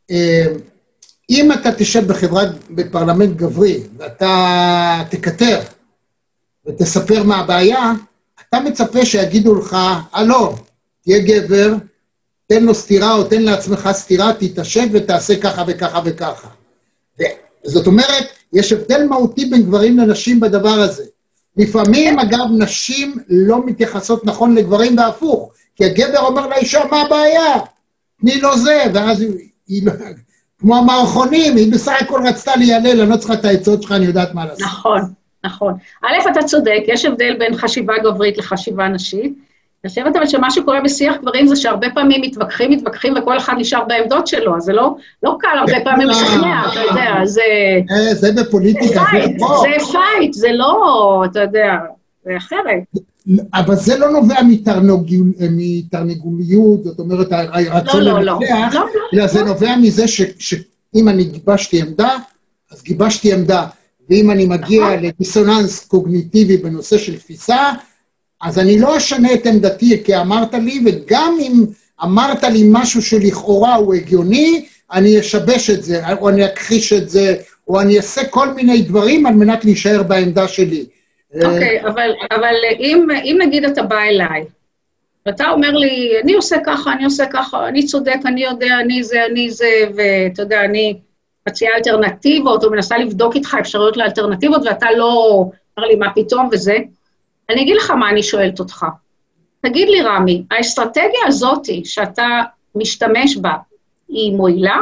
A: אם אתה תשב בחברת, בפרלמנט גברי, ואתה תקטר, ותספר מה הבעיה, אתה מצפה שיגידו לך, הלו, תהיה גבר, תן לו סתירה, או תן לעצמך סתירה, תתעשב ותעשה ככה וככה וככה. זאת אומרת, יש הבדל מהותי בין גברים לנשים בדבר הזה. לפעמים, אגב, נשים לא מתייחסות נכון לגברים והפוך, כי הגבר אומר לאישה, מה הבעיה? תני לו זה, ואז היא, כמו המערכונים, היא בסך הכל רצתה להיעלל, אני לא צריכה את העצות שלך, אני יודעת מה לעשות.
B: נכון, נכון. א', אתה צודק, יש הבדל בין חשיבה גברית לחשיבה נשית, אני חושבת אבל שמה שקורה בשיח גברים זה שהרבה פעמים מתווכחים, מתווכחים, וכל אחד נשאר בעמדות שלו, אז זה לא, לא קל הרבה פעמים לשכנע, אתה יודע, זה...
A: זה בפוליטיקה,
B: זה פייט, זה לא, אתה יודע, זה אחרת.
A: אבל זה לא נובע מתרנגוליות, זאת אומרת, הרצון לנצח, אלא זה נובע מזה שאם אני גיבשתי עמדה, אז גיבשתי עמדה, ואם אני מגיע לדיסוננס קוגניטיבי בנושא של תפיסה, אז אני לא אשנה את עמדתי כי אמרת לי, וגם אם אמרת לי משהו שלכאורה הוא הגיוני, אני אשבש את זה, או אני אכחיש את זה, או אני אעשה כל מיני דברים על מנת להישאר בעמדה שלי.
B: אוקיי, אבל, אבל אם, אם נגיד אתה בא אליי, ואתה אומר לי, אני עושה ככה, אני עושה ככה, אני צודק, אני יודע, אני זה, אני זה, ואתה יודע, אני מציעה אלטרנטיבות, או מנסה לבדוק איתך אפשרויות לאלטרנטיבות, ואתה לא אומר לי מה פתאום וזה, אני אגיד לך מה אני שואלת אותך. תגיד לי, רמי, האסטרטגיה הזאת שאתה משתמש בה, היא מועילה?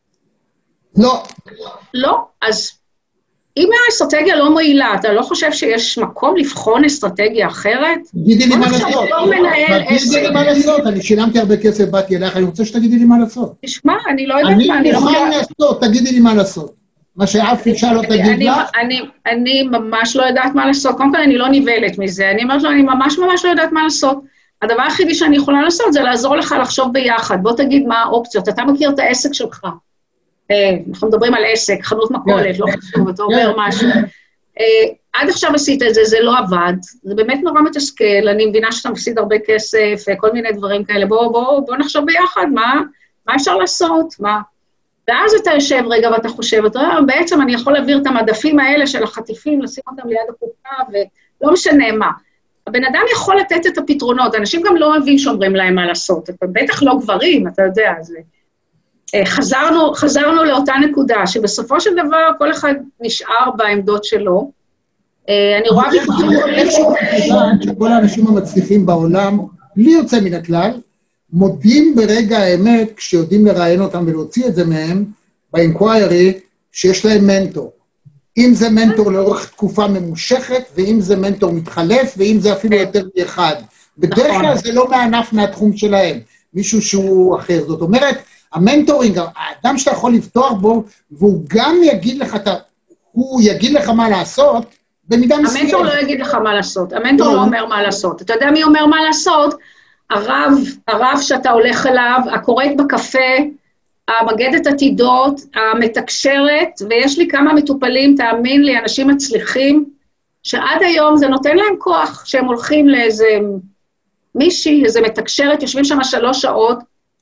A: לא.
B: לא? אז אם האסטרטגיה לא מועילה, אתה לא חושב שיש מקום לבחון אסטרטגיה אחרת?
A: תגידי לי מה לעשות. תגידי לי מה לעשות, אני שילמתי הרבה כסף, באתי אליך, אני רוצה שתגידי לי מה לעשות.
B: תשמע, אני לא יודעת מה,
A: אני מוכן לעשות, תגידי לי מה לעשות. מה שאף אישה לא תגיד
B: אני,
A: לך?
B: אני, אני ממש לא יודעת מה לעשות, קודם כל אני לא ניבלת מזה, אני אומרת לו, אני ממש ממש לא יודעת מה לעשות. הדבר היחידי שאני יכולה לעשות זה לעזור לך לחשוב ביחד, בוא תגיד מה האופציות, אתה מכיר את העסק שלך, אנחנו מדברים על עסק, חנות מכולת, לא חשוב, אתה אומר משהו. עד עכשיו עשית את זה, זה לא עבד, זה באמת נורא מתסכל, אני מבינה שאתה מפסיד הרבה כסף, כל מיני דברים כאלה, בוא, בוא, בוא נחשוב ביחד, מה, מה אפשר לעשות, מה? ואז אתה יושב רגע ואתה חושב, אתה אומר, בעצם אני יכול להעביר את המדפים האלה של החטיפים, לשים אותם ליד הקופה, ולא משנה מה. הבן אדם יכול לתת את הפתרונות, אנשים גם לא אוהבים שאומרים להם מה לעשות, בטח לא גברים, אתה יודע, זה... חזרנו, חזרנו לאותה נקודה, שבסופו של דבר כל אחד נשאר בעמדות שלו. אני רואה ויכוחים גדולים.
A: שכל האנשים המצליחים בעולם, בלי יוצא מן הכלל, מודים ברגע האמת, כשיודעים לראיין אותם ולהוציא את זה מהם, באינקוויירי, שיש להם מנטור. אם זה מנטור לאורך תקופה ממושכת, ואם זה מנטור מתחלף, ואם זה אפילו יותר מאחד. בדרך כלל זה לא מענף מהתחום שלהם, מישהו שהוא אחר. זאת אומרת, המנטורינג, האדם שאתה יכול לפתוח בו, והוא גם יגיד לך, הוא יגיד לך מה לעשות, במידה מסוימת.
B: המנטור לא יגיד לך מה לעשות, המנטור לא אומר מה לעשות. אתה יודע מי אומר מה לעשות? הרב, הרב שאתה הולך אליו, הקוראת בקפה, המגדת עתידות, המתקשרת, ויש לי כמה מטופלים, תאמין לי, אנשים מצליחים, שעד היום זה נותן להם כוח, שהם הולכים לאיזה מישהי, איזה מתקשרת, יושבים שם שלוש שעות,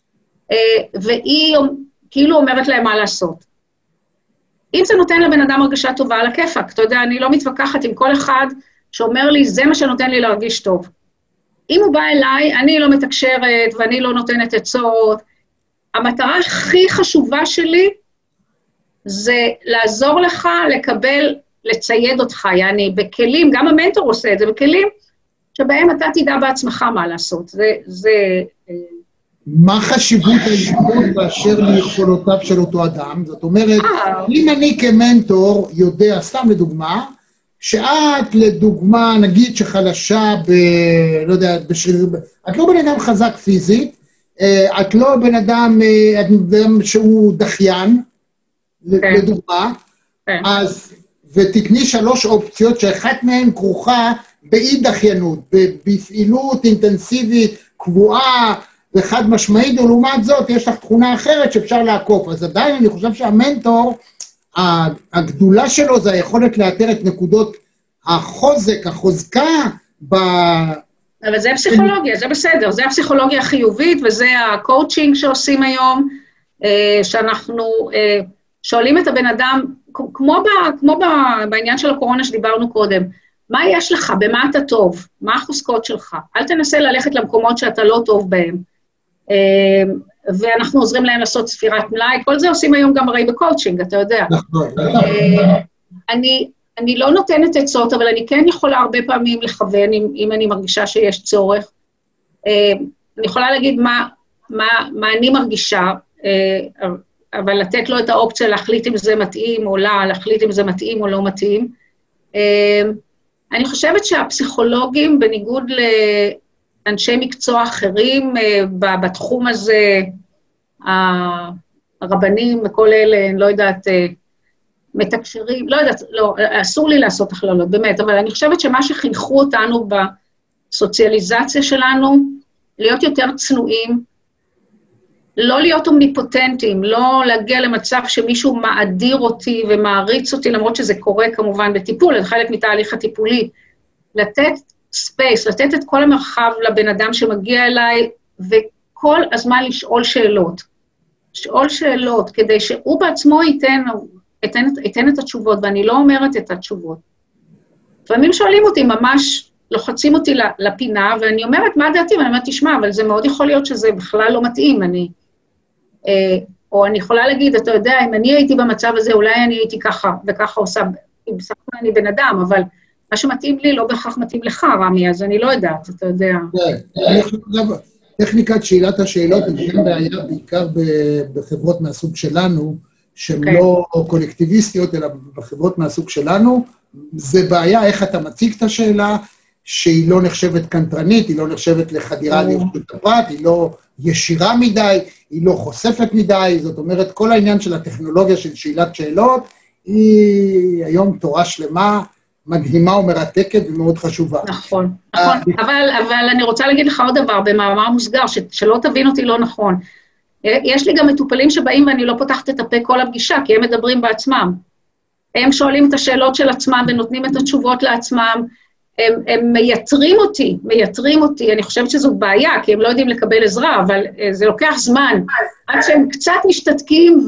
B: והיא כאילו אומרת להם מה לעשות. אם זה נותן לבן אדם הרגשה טובה על הכיפק, אתה יודע, אני לא מתווכחת עם כל אחד שאומר לי, זה מה שנותן לי להרגיש טוב. אם הוא בא אליי, אני לא מתקשרת ואני לא נותנת עצות, המטרה הכי חשובה שלי זה לעזור לך לקבל, לצייד אותך, יעני, בכלים, גם המנטור עושה את זה, בכלים שבהם אתה תדע בעצמך מה לעשות. זה, זה...
A: מה חשיבות היכולות באשר ליכולותיו של אותו אדם? זאת אומרת, אם אני כמנטור יודע, סתם לדוגמה, שאת לדוגמה, נגיד שחלשה ב... לא יודע, בשריר... את לא בן אדם חזק פיזית, את לא בן אדם, את אדם שהוא דחיין, לדוגמה, אז, ותקני שלוש אופציות שאחת מהן כרוכה באי דחיינות, בפעילות אינטנסיבית, קבועה, וחד משמעית, ולעומת זאת יש לך תכונה אחרת שאפשר לעקוף. אז עדיין אני חושב שהמנטור, הגדולה שלו זה היכולת לאתר את נקודות החוזק, החוזקה ב...
B: אבל זה הפסיכולוגיה, זה בסדר, זה הפסיכולוגיה החיובית, וזה הקואוצ'ינג שעושים היום, שאנחנו שואלים את הבן אדם, כמו, ב, כמו ב, בעניין של הקורונה שדיברנו קודם, מה יש לך, במה אתה טוב, מה החוזקות שלך, אל תנסה ללכת למקומות שאתה לא טוב בהם, ואנחנו עוזרים להם לעשות ספירת מלאי, כל זה עושים היום גם הרי בקואוצ'ינג, אתה יודע. אני, אני לא נותנת עצות, אבל אני כן יכולה הרבה פעמים לכוון, אם, אם אני מרגישה שיש צורך. אני יכולה להגיד מה, מה, מה אני מרגישה, אבל לתת לו את האופציה להחליט אם זה מתאים או לא, להחליט אם זה מתאים או לא מתאים. אני חושבת שהפסיכולוגים, בניגוד לאנשי מקצוע אחרים, בתחום הזה, הרבנים וכל אלה, אני לא יודעת, מתקשרים, לא יודעת, לא, אסור לי לעשות הכללות, באמת, אבל אני חושבת שמה שחינכו אותנו בסוציאליזציה שלנו, להיות יותר צנועים, לא להיות אומניפוטנטים, לא להגיע למצב שמישהו מאדיר אותי ומעריץ אותי, למרות שזה קורה כמובן בטיפול, זה חלק מתהליך הטיפולי, לתת ספייס, לתת את כל המרחב לבן אדם שמגיע אליי, וכל הזמן לשאול שאלות. לשאול שאלות, כדי שהוא בעצמו ייתן, ייתן, ייתן את התשובות, ואני לא אומרת את התשובות. לפעמים שואלים אותי, ממש לוחצים אותי לפינה, ואני אומרת, מה דעתי? ואני אומרת, תשמע, אבל זה מאוד יכול להיות שזה בכלל לא מתאים, אני... או אני יכולה להגיד, אתה יודע, אם אני הייתי במצב הזה, אולי אני הייתי ככה וככה עושה, אם בסך הכל אני בן אדם, אבל מה שמתאים לי לא בהכרח מתאים לך, רמי, אז אני לא יודעת, אתה יודע.
A: אני חושב, טכניקת שאלת השאלות, היא גם בעיה בעיקר בחברות מהסוג שלנו, שהן לא קולקטיביסטיות, אלא בחברות מהסוג שלנו, זה בעיה איך אתה מציג את השאלה, שהיא לא נחשבת קנטרנית, היא לא נחשבת לחדירה לרשות הפרט, היא לא ישירה מדי, היא לא חושפת מדי, זאת אומרת, כל העניין של הטכנולוגיה של שאלת שאלות, היא היום תורה שלמה, מדהימה ומרתקת ומאוד חשובה.
B: נכון, נכון, אבל, אבל אני רוצה להגיד לך עוד דבר, במאמר מוסגר, ש, שלא תבין אותי לא נכון. יש לי גם מטופלים שבאים ואני לא פותחת את הפה כל הפגישה, כי הם מדברים בעצמם. הם שואלים את השאלות של עצמם ונותנים את התשובות לעצמם, הם, הם מייתרים אותי, מייתרים אותי, אני חושבת שזו בעיה, כי הם לא יודעים לקבל עזרה, אבל זה לוקח זמן, עד שהם קצת משתתקים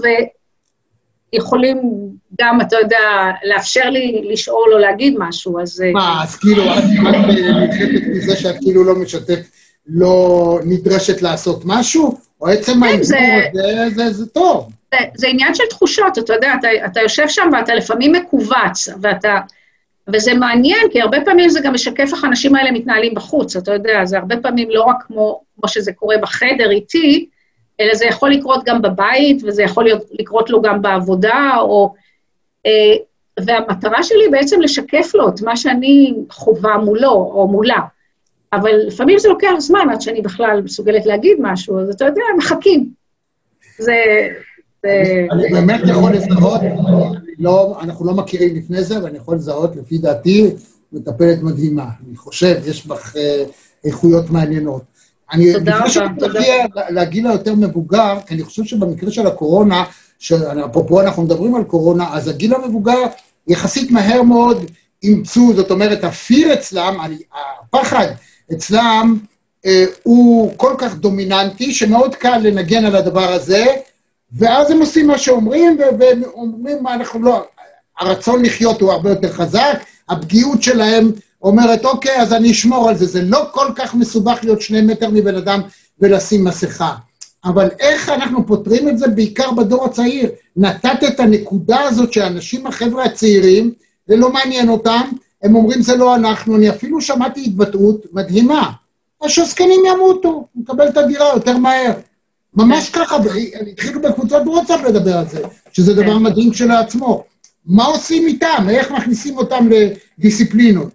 B: ויכולים גם, אתה יודע, לאפשר לי לשאול או להגיד משהו, אז...
A: מה, אז כאילו, את נדחפת מזה שאת כאילו לא משתף, לא נדרשת לעשות משהו, או עצם האיזור הזה, זה, זה טוב.
B: זה, זה עניין של תחושות, אתה יודע, אתה, אתה יושב שם ואתה לפעמים מקובץ, ואתה... וזה מעניין, כי הרבה פעמים זה גם משקף איך האנשים האלה מתנהלים בחוץ, אתה יודע, זה הרבה פעמים לא רק כמו, כמו שזה קורה בחדר איתי, אלא זה יכול לקרות גם בבית, וזה יכול להיות, לקרות לו גם בעבודה, או, אה, והמטרה שלי בעצם לשקף לו את מה שאני חובה מולו, או מולה, אבל לפעמים זה לוקח זמן, עד שאני בכלל מסוגלת להגיד משהו, אז אתה יודע, מחכים. זה...
A: אני באמת יכול לזהות, אנחנו לא מכירים לפני זה, ואני יכול לזהות, לפי דעתי, מטפלת מדהימה. אני חושב, יש בך איכויות מעניינות.
B: תודה רבה.
A: לפני שתגיע לגיל היותר מבוגר, כי אני חושב שבמקרה של הקורונה, אפרופו אנחנו מדברים על קורונה, אז הגיל המבוגר יחסית מהר מאוד אימצו, זאת אומרת, הפיר אצלם, הפחד אצלם, הוא כל כך דומיננטי, שמאוד קל לנגן על הדבר הזה, ואז הם עושים מה שאומרים, ואומרים מה אנחנו לא, הרצון לחיות הוא הרבה יותר חזק, הפגיעות שלהם אומרת, אוקיי, אז אני אשמור על זה, זה לא כל כך מסובך להיות שני מטר מבן אדם ולשים מסכה. אבל איך אנחנו פותרים את זה בעיקר בדור הצעיר? נתת את הנקודה הזאת שאנשים, החבר'ה הצעירים, זה לא מעניין אותם, הם אומרים זה לא אנחנו, אני אפילו שמעתי התבטאות מדהימה, השזקנים ימותו, נקבל את הדירה יותר מהר. ממש ככה, התחילו בקבוצות וואטסאפ לדבר על זה, שזה דבר מדהים כשלעצמו. מה עושים איתם? איך מכניסים אותם לדיסציפלינות?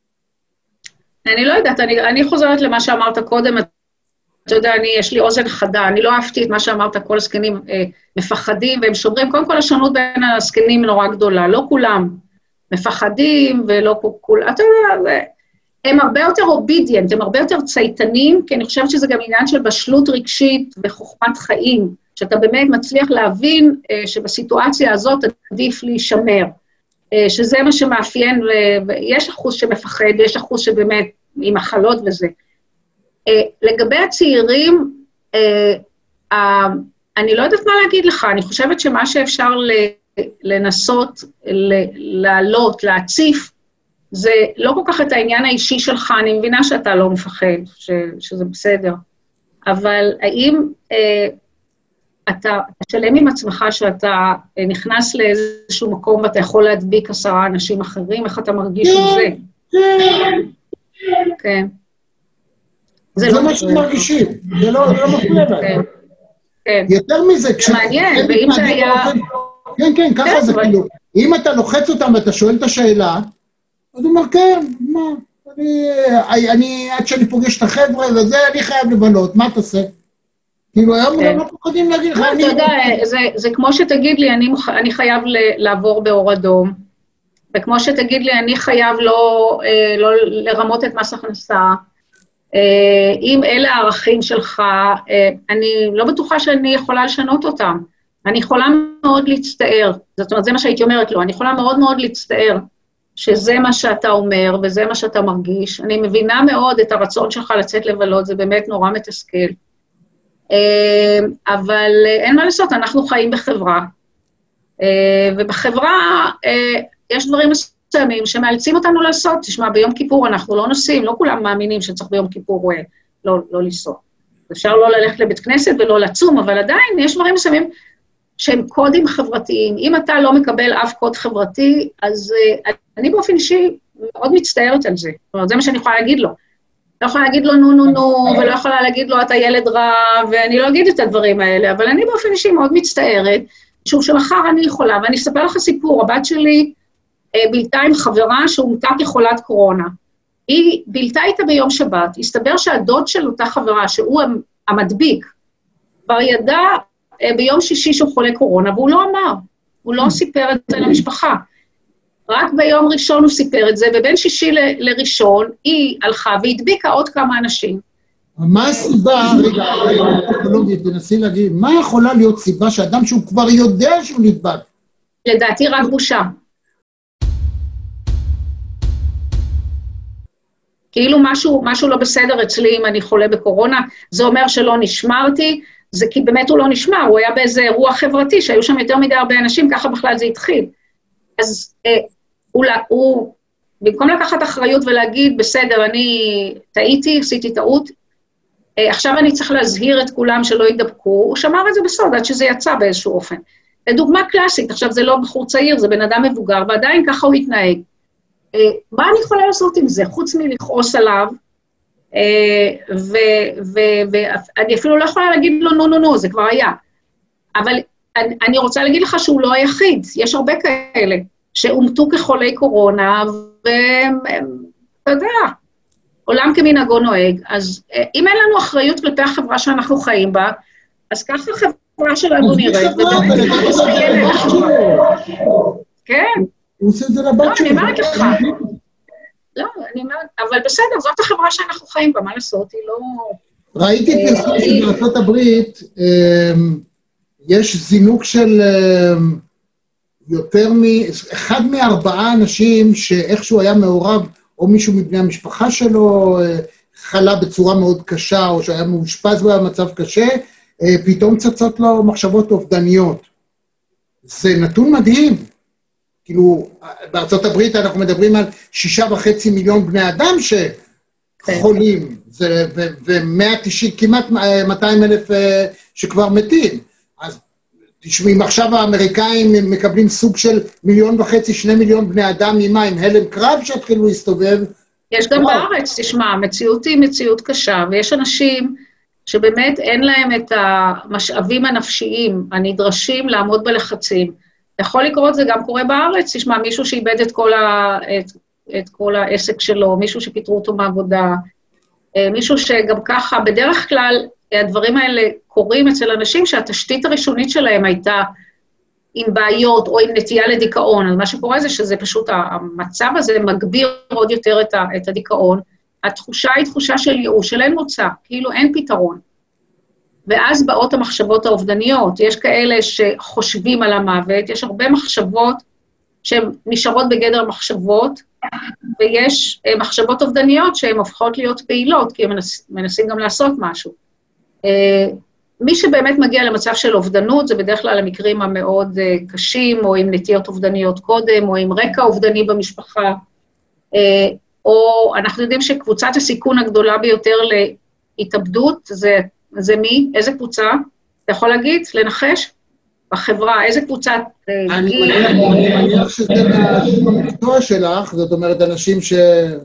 B: אני לא יודעת, אני, אני חוזרת למה שאמרת קודם, אתה יודע, אני, יש לי אוזן חדה, אני לא אהבתי את מה שאמרת, כל הזקנים אה, מפחדים, והם שומרים, קודם כל השונות בין הזקנים נורא גדולה, לא כולם מפחדים, ולא כולם, אתה יודע, הם הרבה יותר אובידיאנט, הם הרבה יותר צייתנים, כי אני חושבת שזה גם עניין של בשלות רגשית וחוכמת חיים, שאתה באמת מצליח להבין אה, שבסיטואציה הזאת עדיף להישמר, אה, שזה מה שמאפיין, ויש אחוז שמפחד, ויש אחוז שבאמת עם מחלות וזה. אה, לגבי הצעירים, אה, אה, אני לא יודעת מה להגיד לך, אני חושבת שמה שאפשר לנסות, לעלות, להציף, זה לא כל כך את העניין האישי שלך, אני מבינה שאתה לא מפחד, ש, שזה בסדר, אבל האם אה, אתה שלם עם עצמך שאתה אה, נכנס לאיזשהו מקום ואתה יכול להדביק עשרה אנשים אחרים, איך אתה מרגיש עם זה? כן.
A: זה לא מה שמרגישים, זה לא מפריע להם.
B: כן.
A: יותר מזה,
B: זה מעניין, ואם זה היה...
A: כן, כן, ככה זה כאילו. אם אתה לוחץ אותם ואתה שואל את השאלה, אז הוא אומר, כן, מה, אני, אני, עד שאני פוגש את החבר'ה וזה, אני חייב לבלות, מה תעשה? כאילו, היום גם לא פוחדים להגיד לך,
B: אני... אתה יודע, זה כמו שתגיד לי, אני חייב לעבור באור אדום, וכמו שתגיד לי, אני חייב לא לרמות את מס הכנסה, אם אלה הערכים שלך, אני לא בטוחה שאני יכולה לשנות אותם, אני יכולה מאוד להצטער, זאת אומרת, זה מה שהייתי אומרת לו, אני יכולה מאוד מאוד להצטער, שזה מה שאתה אומר, וזה מה שאתה מרגיש. אני מבינה מאוד את הרצון שלך לצאת לבלות, זה באמת נורא מתסכל. אבל אין מה לעשות, אנחנו חיים בחברה, ובחברה יש דברים מסוימים שמאלצים אותנו לעשות. תשמע, ביום כיפור אנחנו לא נוסעים, לא כולם מאמינים שצריך ביום כיפור לא, לא לנסוע. אפשר לא ללכת לבית כנסת ולא לצום, אבל עדיין יש דברים מסוימים שהם קודים חברתיים. אם אתה לא מקבל אף קוד חברתי, אז uh, אני באופן אישי מאוד מצטערת על זה. זאת אומרת, זה מה שאני יכולה להגיד לו. לא יכולה להגיד לו נו נו נו, ולא יכולה להגיד לו אתה ילד רע, ואני לא אגיד את הדברים האלה, אבל אני באופן אישי מאוד מצטערת, משום שמחר אני יכולה, ואני אספר לך סיפור, הבת שלי uh, בילתה עם חברה שהומתה כחולת קורונה. היא בילתה איתה ביום שבת, הסתבר שהדוד של אותה חברה, שהוא המדביק, כבר ידע, ביום שישי שהוא חולה קורונה, והוא לא אמר. הוא לא סיפר את זה למשפחה. רק ביום ראשון הוא סיפר את זה, ובין שישי ל- לראשון היא הלכה והדביקה עוד כמה אנשים.
A: מה הסיבה, רגע, רגע, פסיכולוגית, תנסי להגיד, מה יכולה להיות סיבה שאדם שהוא כבר יודע שהוא נדבק?
B: לדעתי רק בושה. כאילו משהו, משהו לא בסדר אצלי אם אני חולה בקורונה, זה אומר שלא נשמרתי, זה כי באמת הוא לא נשמר, הוא היה באיזה אירוע חברתי, שהיו שם יותר מדי הרבה אנשים, ככה בכלל זה התחיל. אז אה, הוא, הוא, במקום לקחת אחריות ולהגיד, בסדר, אני טעיתי, עשיתי טעות, אה, עכשיו אני צריך להזהיר את כולם שלא ידבקו, הוא שמר את זה בסוד, עד שזה יצא באיזשהו אופן. לדוגמה קלאסית, עכשיו זה לא בחור צעיר, זה בן אדם מבוגר, ועדיין ככה הוא התנהג. אה, מה אני יכולה לעשות עם זה? חוץ מלכעוס עליו, ואני אפילו לא יכולה להגיד לו, נו, נו, נו, זה כבר היה. אבל אני, אני רוצה להגיד לך שהוא לא היחיד, יש הרבה כאלה שאומתו כחולי קורונה, ואתה יודע, עולם כמנהגו נוהג, אז אם אין לנו אחריות כלפי החברה שאנחנו חיים בה, אז ככה החברה שלנו נראית, ובאמת היא מסתכלת החברה. כן.
A: הוא עושה את זה לבת שלו.
B: לא, אני אומרת לך. לא, אני אומרת, אבל בסדר, זאת החברה שאנחנו חיים בה, מה לעשות, היא לא...
A: ראיתי פרסום שבארצות הברית, יש זינוק של יותר מ... אחד מארבעה אנשים שאיכשהו היה מעורב, או מישהו מבני המשפחה שלו חלה בצורה מאוד קשה, או שהיה מאושפז במצב קשה, פתאום צצות לו מחשבות אובדניות. זה נתון מדהים. כאילו, בארצות הברית אנחנו מדברים על שישה וחצי מיליון בני אדם שחולים, ו-מאה ותשעים, כמעט מאתיים אלף שכבר מתים. אז תשמעים, עכשיו האמריקאים מקבלים סוג של מיליון וחצי, שני מיליון בני אדם עם מים, הלם קרב שהתחילו להסתובב.
B: יש גם בארץ, תשמע, המציאות היא מציאות קשה, ויש אנשים שבאמת אין להם את המשאבים הנפשיים הנדרשים לעמוד בלחצים. יכול לקרות, זה גם קורה בארץ, תשמע, מישהו שאיבד את כל, ה, את, את כל העסק שלו, מישהו שפיטרו אותו מעבודה, מישהו שגם ככה, בדרך כלל, הדברים האלה קורים אצל אנשים שהתשתית הראשונית שלהם הייתה עם בעיות או עם נטייה לדיכאון, אז מה שקורה זה שזה פשוט, המצב הזה מגביר עוד יותר את, ה, את הדיכאון, התחושה היא תחושה של ייאוש, של אין מוצא, כאילו אין פתרון. ואז באות המחשבות האובדניות, יש כאלה שחושבים על המוות, יש הרבה מחשבות שהן נשארות בגדר מחשבות, ויש מחשבות אובדניות שהן הופכות להיות פעילות, כי הם מנס, מנסים גם לעשות משהו. מי שבאמת מגיע למצב של אובדנות, זה בדרך כלל המקרים המאוד קשים, או עם נטיות אובדניות קודם, או עם רקע אובדני במשפחה, או אנחנו יודעים שקבוצת הסיכון הגדולה ביותר להתאבדות, זה זה מי? איזה קבוצה? אתה יכול להגיד? לנחש? בחברה, איזה קבוצה?
A: אני מניח שזה במקצוע שלך, זאת אומרת, אנשים ש...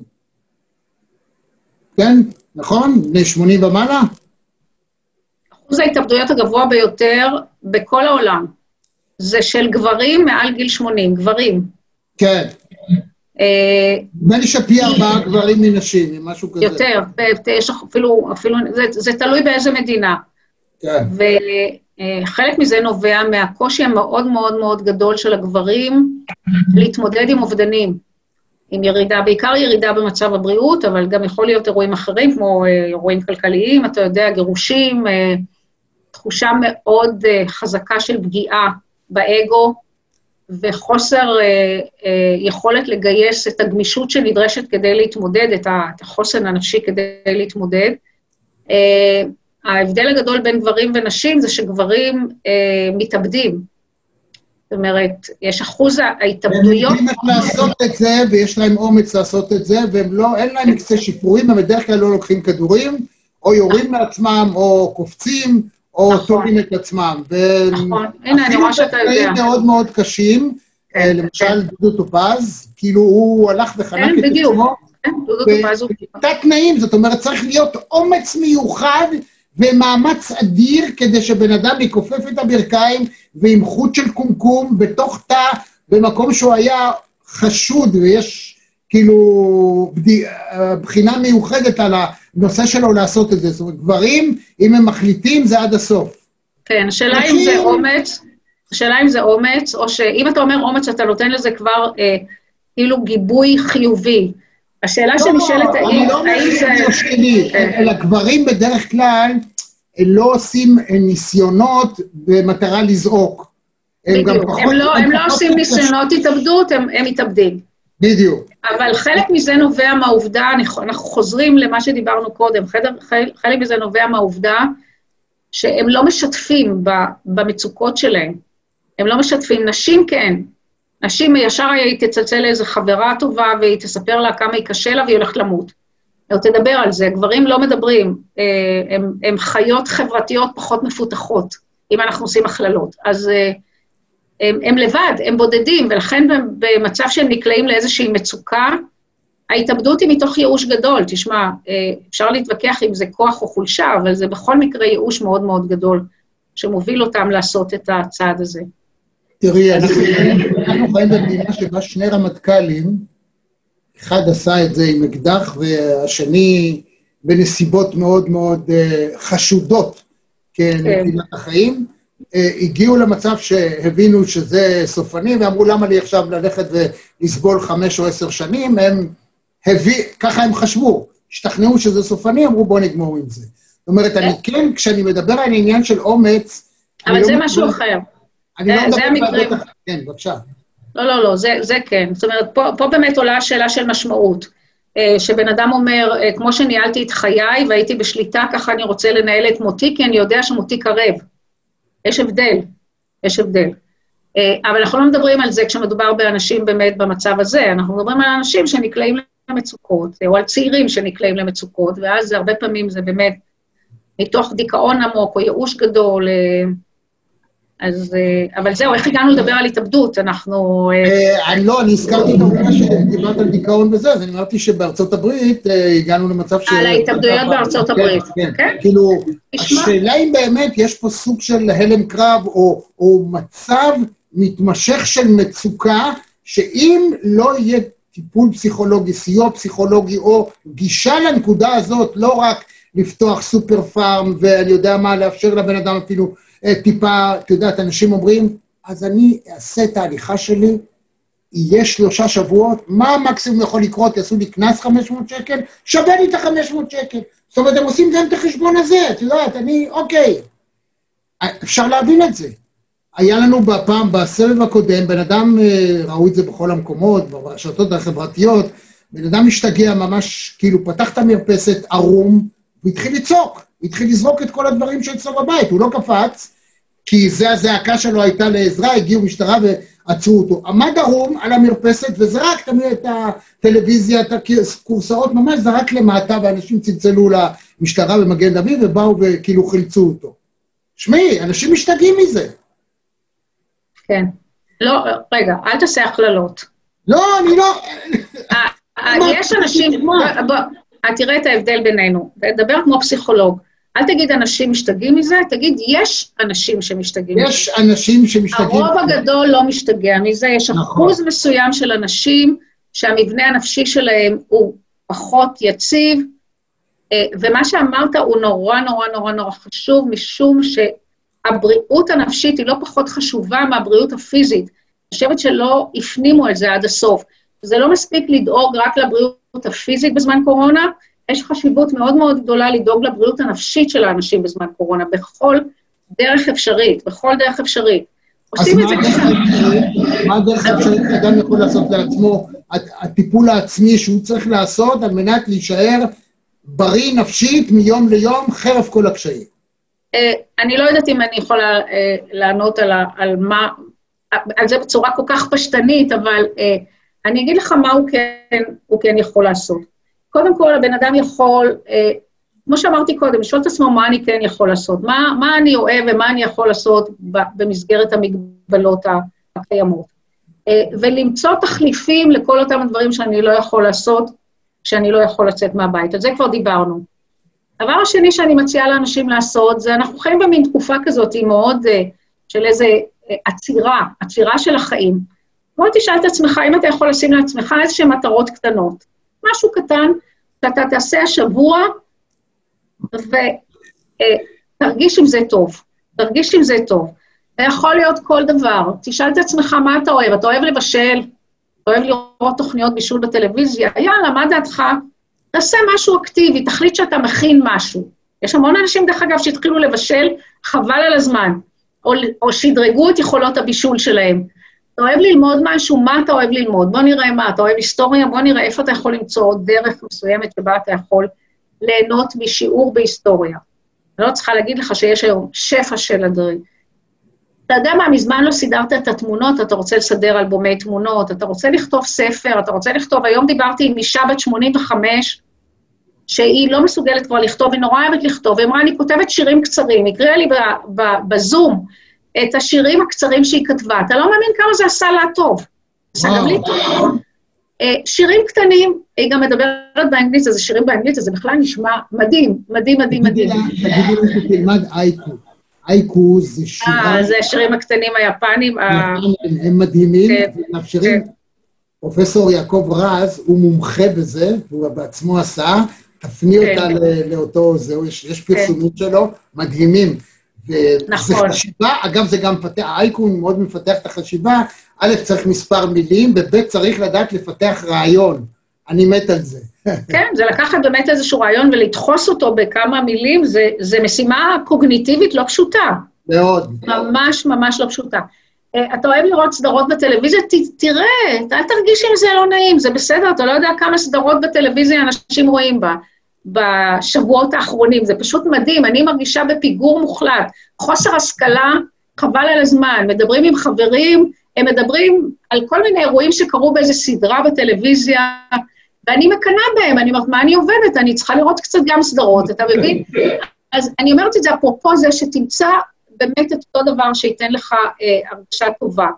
A: כן, נכון? בני שמונים ומעלה?
B: אחוז ההתאבדויות הגבוה ביותר בכל העולם, זה של גברים מעל גיל שמונים, גברים.
A: כן. נדמה לי שפי ארבעה גברים מנשים, משהו כזה.
B: יותר, יש אפילו, אפילו, זה, זה תלוי באיזה מדינה.
A: כן.
B: וחלק מזה נובע מהקושי המאוד מאוד מאוד גדול של הגברים להתמודד עם אובדנים, עם ירידה, בעיקר ירידה במצב הבריאות, אבל גם יכול להיות אירועים אחרים, כמו אירועים כלכליים, אתה יודע, גירושים, תחושה מאוד חזקה של פגיעה באגו, וחוסר אה, אה, יכולת לגייס את הגמישות שנדרשת כדי להתמודד, את החוסן הנפשי כדי להתמודד. אה, ההבדל הגדול בין גברים ונשים זה שגברים אה, מתאבדים. זאת אומרת, יש אחוז ההתאבדויות...
A: הם יודעים איך לעשות את זה, ויש להם אומץ לעשות את זה, והם לא, אין להם מקצה שיפורים, הם בדרך כלל לא לוקחים כדורים, או יורים לעצמם, או קופצים, או טובים את עצמם.
B: נכון, הנה, אני רואה שאתה יודע.
A: אפילו בתנאים מאוד מאוד קשים, למשל דודו טופז, כאילו הוא הלך וחנק את עצמו.
B: כן, דודו טופז הוא...
A: בתת תנאים, זאת אומרת, צריך להיות אומץ מיוחד ומאמץ אדיר, כדי שבן אדם יכופף את הברכיים, ועם חוט של קומקום, בתוך תא, במקום שהוא היה חשוד, ויש כאילו בחינה מיוחדת על הנושא שלו לעשות את זה. זאת אומרת, גברים, אם הם מחליטים, זה עד הסוף.
B: כן, השאלה אם זה אומץ, השאלה אם זה אומץ, או שאם אתה אומר אומץ, אתה נותן לזה כבר אה, כאילו גיבוי חיובי. השאלה לא, שנשאלת,
A: לא,
B: האם,
A: אני לא
B: האם זה...
A: השני, אלא גברים בדרך כלל לא עושים ניסיונות במטרה לזעוק.
B: הם, גם פחות, הם לא, הם הם לא עושים ניסיונות התאבדות, הם, הם מתאבדים.
A: בדיוק.
B: אבל חלק מזה נובע מהעובדה, אנחנו חוזרים למה שדיברנו קודם, חלק, חלק מזה נובע מהעובדה שהם לא משתפים במצוקות שלהם. הם לא משתפים, נשים כן. נשים ישר היא תצלצל לאיזו חברה טובה, והיא תספר לה כמה היא קשה לה, והיא הולכת למות. או תדבר על זה, גברים לא מדברים, הם, הם חיות חברתיות פחות מפותחות, אם אנחנו עושים הכללות. אז הם, הם לבד, הם בודדים, ולכן במצב שהם נקלעים לאיזושהי מצוקה, ההתאבדות היא מתוך ייאוש גדול. תשמע, אפשר להתווכח אם זה כוח או חולשה, אבל זה בכל מקרה ייאוש מאוד מאוד גדול, שמוביל אותם לעשות את הצעד הזה.
A: תראי, אנחנו, אנחנו חיים במדינה שבה שני רמטכ"לים, אחד עשה את זה עם אקדח, והשני בנסיבות מאוד מאוד חשודות כנטילת החיים, הגיעו למצב שהבינו שזה סופני, ואמרו למה לי עכשיו ללכת ולסבול חמש או עשר שנים, הם הביא, ככה הם חשבו, השתכנעו שזה סופני, אמרו בוא נגמור עם זה. זאת אומרת, אני כן, כשאני מדבר על עניין של אומץ,
B: אבל זה משהו אחר.
A: אני לא מדבר על... כן, בבקשה.
B: לא, לא, לא, זה, זה כן. זאת אומרת, פה, פה באמת עולה השאלה של משמעות, שבן אדם אומר, כמו שניהלתי את חיי והייתי בשליטה, ככה אני רוצה לנהל את מותי, כי אני יודע שמותי קרב. יש הבדל, יש הבדל. אבל אנחנו לא מדברים על זה כשמדובר באנשים באמת במצב הזה, אנחנו מדברים על אנשים שנקלעים למצוקות, או על צעירים שנקלעים למצוקות, ואז הרבה פעמים זה באמת מתוך דיכאון עמוק או ייאוש גדול, אז, אבל זהו, איך הגענו לדבר על התאבדות? אנחנו...
A: אני לא, אני הזכרתי את העובדה שדיברת על דיכאון וזה, אז אני אמרתי שבארצות הברית הגענו למצב ש...
B: על ההתאבדויות בארצות הברית, כן?
A: כאילו, השאלה אם באמת יש פה סוג של הלם קרב, או מצב מתמשך של מצוקה, שאם לא יהיה טיפול פסיכולוגי, סיוע פסיכולוגי, או גישה לנקודה הזאת, לא רק לפתוח סופר פארם, ואני יודע מה, לאפשר לבן אדם אפילו טיפה, אתה יודעת, אנשים אומרים, אז אני אעשה את ההליכה שלי, יהיה שלושה שבועות, מה המקסימום יכול לקרות, יעשו לי קנס חמש מאות שקל, שווה לי את ה-חמש מאות שקל. זאת אומרת, הם עושים גם את החשבון הזה, אתה יודעת, אני, אוקיי. אפשר להבין את זה. היה לנו בפעם, בסבב הקודם, בן אדם, ראו את זה בכל המקומות, ברשתות החברתיות, בן אדם משתגע ממש, כאילו פתח את המרפסת, ערום, והתחיל לצעוק, התחיל לזרוק את כל הדברים שאצלו בבית, הוא לא קפץ, כי זה הזעקה שלו הייתה לעזרה, הגיעו משטרה ועצרו אותו. עמד ערום על המרפסת וזרק תמיד את הטלוויזיה, את הקורסאות, ממש זרק למטה, ואנשים צלצלו למשטרה במגן דוד, ובאו וכאילו חילצו אותו. שמי, אנשים משתגעים מזה.
B: כן. לא, רגע, אל תעשה הכללות.
A: לא, אני לא...
B: יש אנשים... תראה את ההבדל בינינו, דבר כמו פסיכולוג, אל תגיד אנשים משתגעים מזה, תגיד יש אנשים שמשתגעים מזה.
A: יש אנשים שמשתגעים.
B: הרוב הגדול לא משתגע מזה, יש אחוז מסוים של אנשים שהמבנה הנפשי שלהם הוא פחות יציב, ומה שאמרת הוא נורא נורא נורא נורא חשוב, משום שהבריאות הנפשית היא לא פחות חשובה מהבריאות הפיזית, אני חושבת שלא הפנימו את זה עד הסוף, זה לא מספיק לדאוג רק לבריאות הפיזית בזמן קורונה, יש חשיבות מאוד מאוד גדולה לדאוג לבריאות הנפשית של האנשים בזמן קורונה, בכל דרך אפשרית, בכל דרך אפשרית.
A: אז מה הדרך האפשרית אדם יכול לעשות לעצמו, הטיפול העצמי שהוא צריך לעשות על מנת להישאר בריא נפשית מיום ליום, חרף כל הקשיים?
B: אני לא יודעת אם אני יכולה לענות על מה, על זה בצורה כל כך פשטנית, אבל... אני אגיד לך מה הוא כן, הוא כן יכול לעשות. קודם כל, הבן אדם יכול, אה, כמו שאמרתי קודם, לשאול את עצמו מה אני כן יכול לעשות, מה, מה אני אוהב ומה אני יכול לעשות במסגרת המגבלות הקיימות. אה, ולמצוא תחליפים לכל אותם הדברים שאני לא יכול לעשות, שאני לא יכול לצאת מהבית. על זה כבר דיברנו. הדבר השני שאני מציעה לאנשים לעשות, זה אנחנו חיים במין תקופה כזאת, היא מאוד אה, של איזה אה, עצירה, עצירה של החיים. בוא תשאל את עצמך, אם אתה יכול לשים לעצמך איזושהי מטרות קטנות. משהו קטן, שאתה תעשה השבוע, ותרגיש עם זה טוב. תרגיש עם זה טוב. זה יכול להיות כל דבר. תשאל את עצמך מה אתה אוהב, אתה אוהב לבשל, אתה אוהב לראות תוכניות בישול בטלוויזיה, יאללה, מה דעתך? תעשה משהו אקטיבי, תחליט שאתה מכין משהו. יש המון אנשים, דרך אגב, שהתחילו לבשל, חבל על הזמן, או, או שדרגו את יכולות הבישול שלהם. אתה אוהב ללמוד משהו, מה אתה אוהב ללמוד? בוא נראה מה, אתה אוהב היסטוריה, בוא נראה איפה אתה יכול למצוא דרך מסוימת שבה אתה יכול ליהנות משיעור בהיסטוריה. אני לא צריכה להגיד לך שיש היום שפע של הדברים. אתה יודע מה, מזמן לא סידרת את התמונות, אתה רוצה לסדר אלבומי תמונות, אתה רוצה לכתוב ספר, אתה רוצה לכתוב, היום דיברתי עם אישה בת שמונים וחמש, שהיא לא מסוגלת כבר לכתוב, היא נורא אוהבת לכתוב, היא אמרה, אני כותבת שירים קצרים, היא הקריאה לי בזום את השירים הקצרים שהיא כתבה, אתה לא מאמין כמה זה עשה לה טוב. עשה גם לי טוב. שירים קטנים, היא גם מדברת באנגלית, אז שירים באנגלית, אז זה בכלל נשמע מדהים, מדהים, מדהים, מדהים.
A: תגידי לי שתלמד אייקו. אייקו זה שירה...
B: אה, זה השירים הקטנים היפנים.
A: הם מדהימים, ומאפשרים. פרופסור יעקב רז, הוא מומחה בזה, הוא בעצמו עשה, תפני אותה לאותו, זהו, יש פרסומות שלו, מדהימים. וזה חשיבה, אגב זה גם מפתח, האייקו מאוד מפתח את החשיבה, א' צריך מספר מילים, וב' צריך לדעת לפתח רעיון. אני מת על זה.
B: כן, זה לקחת באמת איזשהו רעיון ולדחוס אותו בכמה מילים, זה, זה משימה קוגניטיבית לא פשוטה.
A: מאוד.
B: ממש ממש לא פשוטה. אתה אוהב לראות סדרות בטלוויזיה, ת, תראה, אל תרגיש אם זה לא נעים, זה בסדר, אתה לא יודע כמה סדרות בטלוויזיה אנשים רואים בה, בשבועות האחרונים, זה פשוט מדהים, אני מרגישה בפיגור מוחלט, חוסר השכלה, חבל על הזמן, מדברים עם חברים, הם מדברים על כל מיני אירועים שקרו באיזו סדרה בטלוויזיה, ואני מקנה בהם, אני אומרת, מה אני עובדת? אני צריכה לראות קצת גם סדרות, אתה מבין? אז אני אומרת את זה, אפרופו זה שתמצא באמת את אותו דבר שייתן לך אה, הרגשה טובה.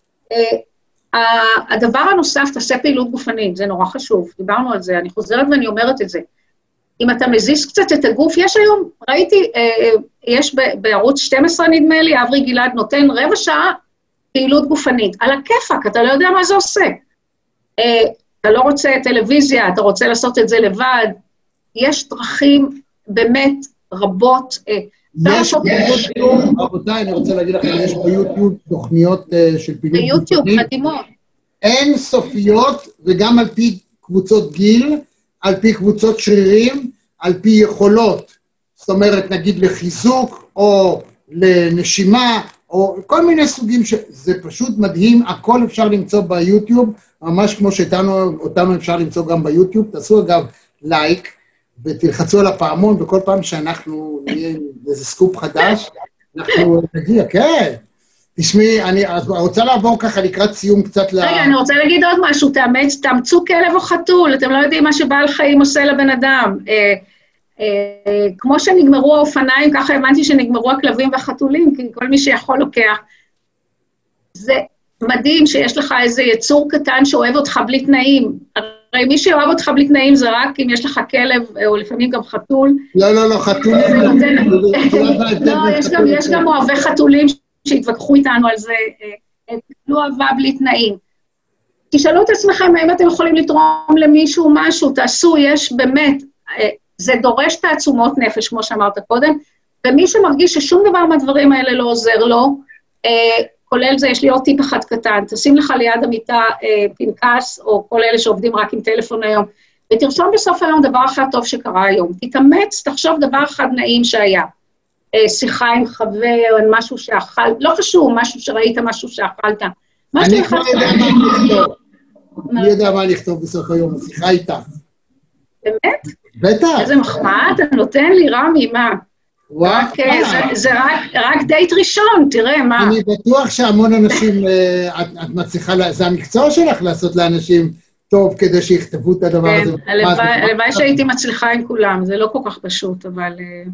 B: אה, הדבר הנוסף, תעשה פעילות גופנית, זה נורא חשוב, דיברנו על זה, אני חוזרת ואני אומרת את זה. אם אתה מזיז קצת את הגוף, יש היום, ראיתי, אה, יש בערוץ שתים עשרה נדמה לי, אברי גלעד נותן רבע שעה פעילות גופנית, על הכיפק, אתה לא יודע מה זה עושה. אה, אתה לא רוצה טלוויזיה, אתה רוצה לעשות את זה לבד, יש דרכים באמת רבות, אה,
A: יש ביוטיוב, רבותיי, אני רוצה להגיד לכם, יש ביוטיוב תוכניות של פעילות גופנית.
B: ביוטיוב, מדהימות.
A: אין סופיות, וגם על פי קבוצות גיל, על פי קבוצות שרירים, על פי יכולות. זאת אומרת, נגיד לחיזוק, או לנשימה, או כל מיני סוגים, שזה פשוט מדהים, הכל אפשר למצוא ביוטיוב, ממש כמו שאותנו אפשר למצוא גם ביוטיוב, תעשו אגב לייק, ותלחצו על הפעמון, וכל פעם שאנחנו נהיה איזה סקופ חדש, אנחנו נגיע, כן. תשמעי, אני רוצה לעבור ככה לקראת סיום קצת ל...
B: רגע, אני רוצה להגיד עוד משהו, תאמץ, תאמצו כלב או חתול, אתם לא יודעים מה שבעל חיים עושה לבן אדם. אה, אה, כמו שנגמרו האופניים, ככה הבנתי שנגמרו הכלבים והחתולים, כי כל מי שיכול לוקח. זה מדהים שיש לך איזה יצור קטן שאוהב אותך בלי תנאים. הרי מי שאוהב אותך בלי תנאים זה רק אם יש לך כלב, או לפעמים גם חתול.
A: לא, לא, לא, חתול.
B: לא, יש גם אוהבי חתולים שהתווכחו איתנו על זה, לא אהבה בלי תנאים. תשאלו את עצמכם, האם אתם יכולים לתרום למישהו משהו, תעשו, יש באמת, זה דורש תעצומות נפש, כמו שאמרת קודם, ומי שמרגיש ששום דבר מהדברים האלה לא עוזר לו, כולל זה, יש לי עוד טיפ אחד קטן, תשים לך ליד המיטה אה, פנקס, או כל אלה שעובדים רק עם טלפון היום, ותרשום בסוף היום דבר אחד טוב שקרה היום. תתאמץ, תחשוב דבר אחד נעים שהיה. אה, שיחה עם חבר, משהו שאכל, לא חשוב, משהו שראית, משהו שאכלת.
A: אני כבר יודע מה אני לכתוב. אני יודע מה לכתוב בסוף היום, שיחה איתה.
B: באמת?
A: בטח.
B: איזה מחמאה, אתה נותן לי רמי, מה? רק, זה, זה רק, רק דייט ראשון, תראה, מה?
A: אני בטוח שהמון אנשים, את, את מצליחה, זה המקצוע שלך לעשות לאנשים טוב כדי שיכתבו את הדבר הזה.
B: כן, הלוואי שהייתי מצליחה עם כולם, זה לא כל כך פשוט, אבל...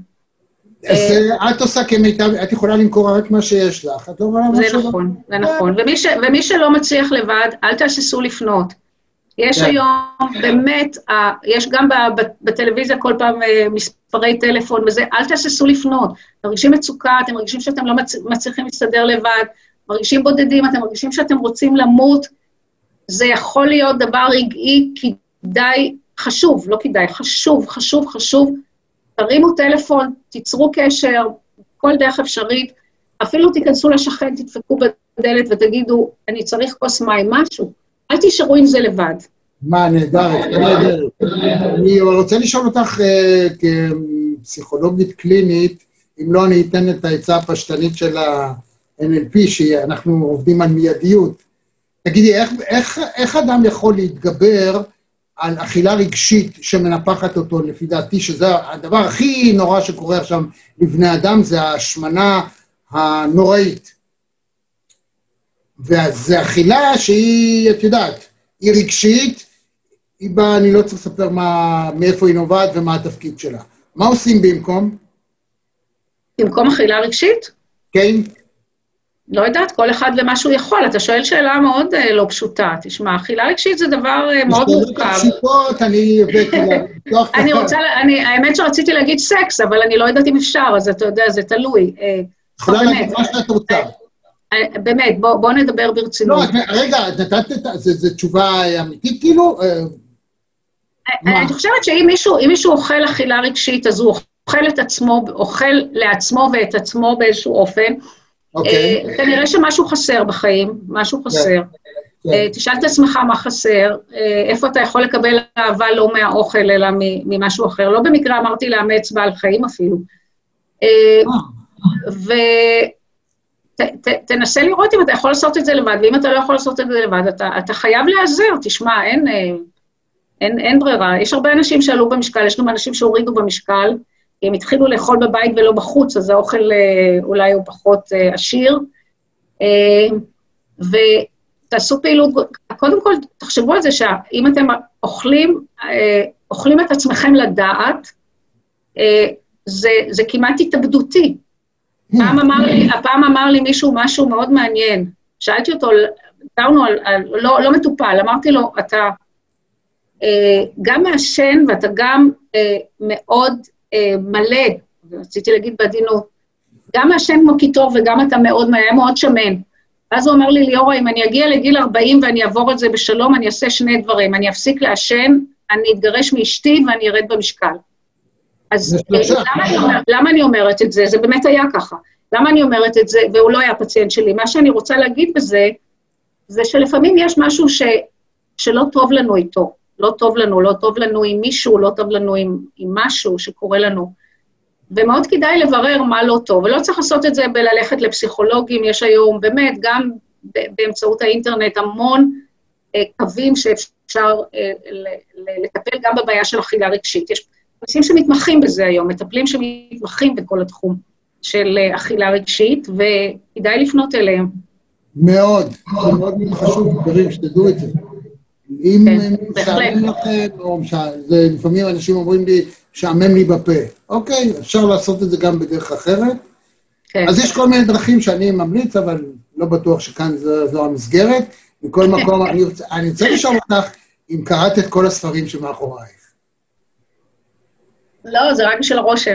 A: אז את עושה כמיטב, את יכולה למכור רק מה שיש לך, את לא רואה מה שלא.
B: זה נכון, זה נכון, ומי שלא מצליח לבד, אל תהססו לפנות. יש היום, באמת, יש גם בטלוויזיה כל פעם מספרי טלפון וזה, אל תהססו לפנות. מרגישים מצוקה, אתם מרגישים שאתם לא מצליחים להסתדר לבד, מרגישים בודדים, אתם מרגישים שאתם רוצים למות, זה יכול להיות דבר רגעי, כדאי, חשוב, לא כדאי, חשוב, חשוב, חשוב, תרימו טלפון, תיצרו קשר, כל דרך אפשרית, אפילו תיכנסו לשכן, תדפקו בדלת ותגידו, אני צריך כוס מים, משהו. אל תישארו עם זה לבד.
A: מה, נהדר, נהדר. אני רוצה לשאול אותך כפסיכולוגית קלינית, אם לא אני אתן את העצה הפשטנית של ה-אן אל פי, שאנחנו עובדים על מיידיות. תגידי, איך, איך, איך אדם יכול להתגבר על אכילה רגשית שמנפחת אותו, לפי דעתי, שזה הדבר הכי נורא שקורה עכשיו לבני אדם, זה ההשמנה הנוראית. וזה אכילה שהיא, את יודעת, היא רגשית, היא באה, אני לא צריך לספר מה, מאיפה היא נובעת ומה התפקיד שלה. מה עושים במקום?
B: במקום אכילה רגשית?
A: כן.
B: לא יודעת, כל אחד ומה שהוא יכול. אתה שואל שאלה מאוד uh, לא פשוטה. תשמע, אכילה רגשית זה דבר uh, מאוד מורכב.
A: פשוטות, אני הבאתי לה.
B: אני רוצה, אני, האמת שרציתי להגיד סקס, אבל אני לא יודעת אם אפשר, אז אתה יודע, זה תלוי.
A: יכולה להגיד מה שאת רוצה.
B: באמת, בוא, בוא נדבר ברצינות.
A: לא, רגע, נתת את זה, זו תשובה אמיתית, כאילו?
B: אני חושבת שאם מישהו, אם מישהו אוכל אכילה רגשית, אז הוא אוכל את עצמו, אוכל לעצמו ואת עצמו באיזשהו אופן,
A: אוקיי.
B: כנראה שמשהו חסר בחיים, משהו חסר. תשאל את עצמך מה חסר, איפה אתה יכול לקבל אהבה לא מהאוכל, אלא ממשהו אחר. לא במקרה אמרתי לאמץ בעל חיים אפילו. ו... ת, ת, תנסה לראות אם אתה יכול לעשות את זה לבד, ואם אתה לא יכול לעשות את זה לבד, אתה, אתה חייב להיעזר, תשמע, אין, אין, אין ברירה. יש הרבה אנשים שעלו במשקל, יש גם אנשים שהורידו במשקל, הם התחילו לאכול בבית ולא בחוץ, אז האוכל אולי הוא פחות עשיר, ותעשו פעילות, קודם כל תחשבו על זה, שאם אתם אוכלים, אוכלים את עצמכם לדעת, זה, זה כמעט התאבדותי, פעם אמר לי, הפעם אמר לי מישהו משהו מאוד מעניין, שאלתי אותו, דברנו על, על, לא, לא מטופל, אמרתי לו, אתה אה, גם מעשן ואתה גם אה, מאוד אה, מלא, רציתי להגיד בעדינות, גם מעשן כמו קיטור וגם אתה מאוד, היה מאוד שמן. ואז הוא אמר לי, ליאורה, אם אני אגיע לגיל ארבעים ואני אעבור את זה בשלום, אני אעשה שני דברים, אני אפסיק לעשן, אני אתגרש מאשתי ואני ארד במשקל. אז למה אני, אומר, למה אני אומרת את זה? זה באמת היה ככה. למה אני אומרת את זה? והוא לא היה פציינט שלי. מה שאני רוצה להגיד בזה, זה שלפעמים יש משהו ש, שלא טוב לנו איתו. לא טוב לנו, לא טוב לנו עם מישהו, לא טוב לנו עם, עם משהו שקורה לנו. ומאוד כדאי לברר מה לא טוב. ולא צריך לעשות את זה בללכת לפסיכולוגים. יש היום באמת גם באמצעות האינטרנט המון אה, קווים שאפשר אה, לטפל גם בבעיה של אכילה רגשית. יש אנשים שמתמחים בזה היום, מטפלים שמתמחים בכל התחום של אכילה רגשית, וכדאי לפנות אליהם.
A: מאוד, זה מאוד חשוב, דברים שתדעו את זה. אם משעמם לכם, או לפעמים אנשים אומרים לי, משעמם לי בפה. אוקיי, אפשר לעשות את זה גם בדרך אחרת. אז יש כל מיני דרכים שאני ממליץ, אבל לא בטוח שכאן זו המסגרת. מכל מקום, אני רוצה לשאול אותך, אם קראת את כל הספרים שמאחורייך.
B: לא, זה רק בשביל הרושם.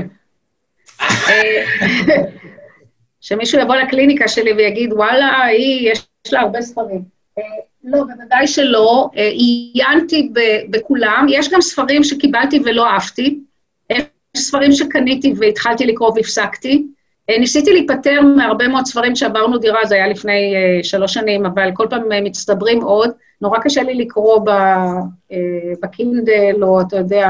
B: שמישהו יבוא לקליניקה שלי ויגיד, וואלה, היא, יש לה הרבה ספרים. לא, בוודאי שלא, עיינתי בכולם, יש גם ספרים שקיבלתי ולא אהבתי, יש ספרים שקניתי והתחלתי לקרוא והפסקתי, ניסיתי להיפטר מהרבה מאוד ספרים שעברנו דירה, זה היה לפני שלוש שנים, אבל כל פעם מצטברים עוד, נורא קשה לי לקרוא בקינדל, או אתה יודע,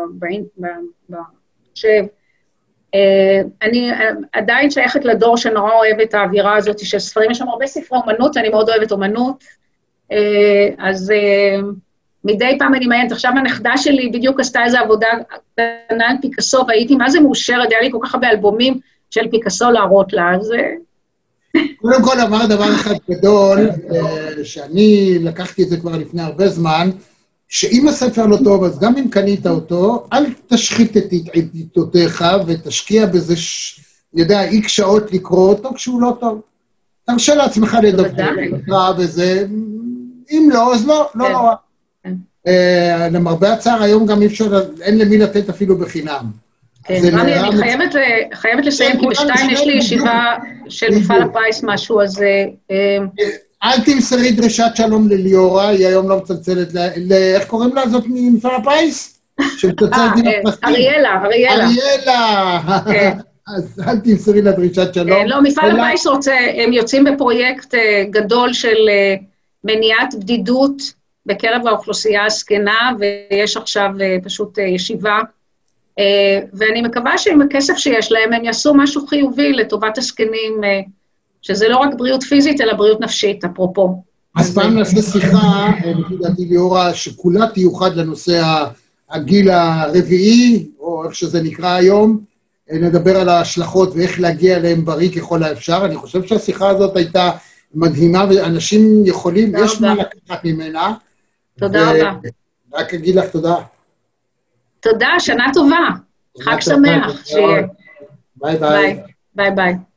B: במחשב. אני עדיין שייכת לדור שנורא אוהב את האווירה הזאת של ספרים, יש שם הרבה ספרי אומנות, אני מאוד אוהבת אומנות, אז מדי פעם אני מעיינת, עכשיו הנכדה שלי בדיוק עשתה איזו עבודה קטנה על פיקאסו, והייתי מה זה מאושרת, היה לי כל כך הרבה אלבומים של פיקאסו להראות לה, אז...
A: קודם כל אמר דבר אחד גדול, שאני לקחתי את זה כבר לפני הרבה זמן, שאם הספר לא טוב, אז גם אם קנית אותו, אל תשחית את עיתותיך ותשקיע בזה, אני יודע, איקס שעות לקרוא אותו כשהוא לא טוב. תרשה לעצמך לדבר, וזה, אם לא, אז לא, לא נורא. למרבה הצער, היום גם אי אפשר, אין למי לתת אפילו בחינם.
B: רמי, אני חייבת לסיים, כי בשתיים יש לי ישיבה של מפעל הפיס משהו, אז...
A: אל תמסרי דרישת שלום לליאורה, היא היום לא מצלצלת, איך קוראים לה זאת ממפעל הפיס?
B: אריאלה, אריאלה.
A: אריאלה. אז אל תמסרי לדרישת שלום.
B: לא, מפעל הפיס רוצה, הם יוצאים בפרויקט גדול של מניעת בדידות בקרב האוכלוסייה הזקנה, ויש עכשיו פשוט ישיבה, ואני מקווה שעם הכסף שיש להם, הם יעשו משהו חיובי לטובת הזקנים, שזה לא רק בריאות פיזית, אלא בריאות נפשית, אפרופו.
A: אז פעם נעשה שיחה, לפי דעתי ליאורה, שכולה תיוחד לנושא הגיל הרביעי, או איך שזה נקרא היום, נדבר על ההשלכות ואיך להגיע אליהם בריא ככל האפשר. אני חושב שהשיחה הזאת הייתה מדהימה, ואנשים יכולים, יש מה לקחת ממנה.
B: תודה רבה.
A: רק אגיד לך תודה.
B: תודה, שנה טובה. חג שמח שיהיה.
A: ביי ביי.
B: ביי ביי.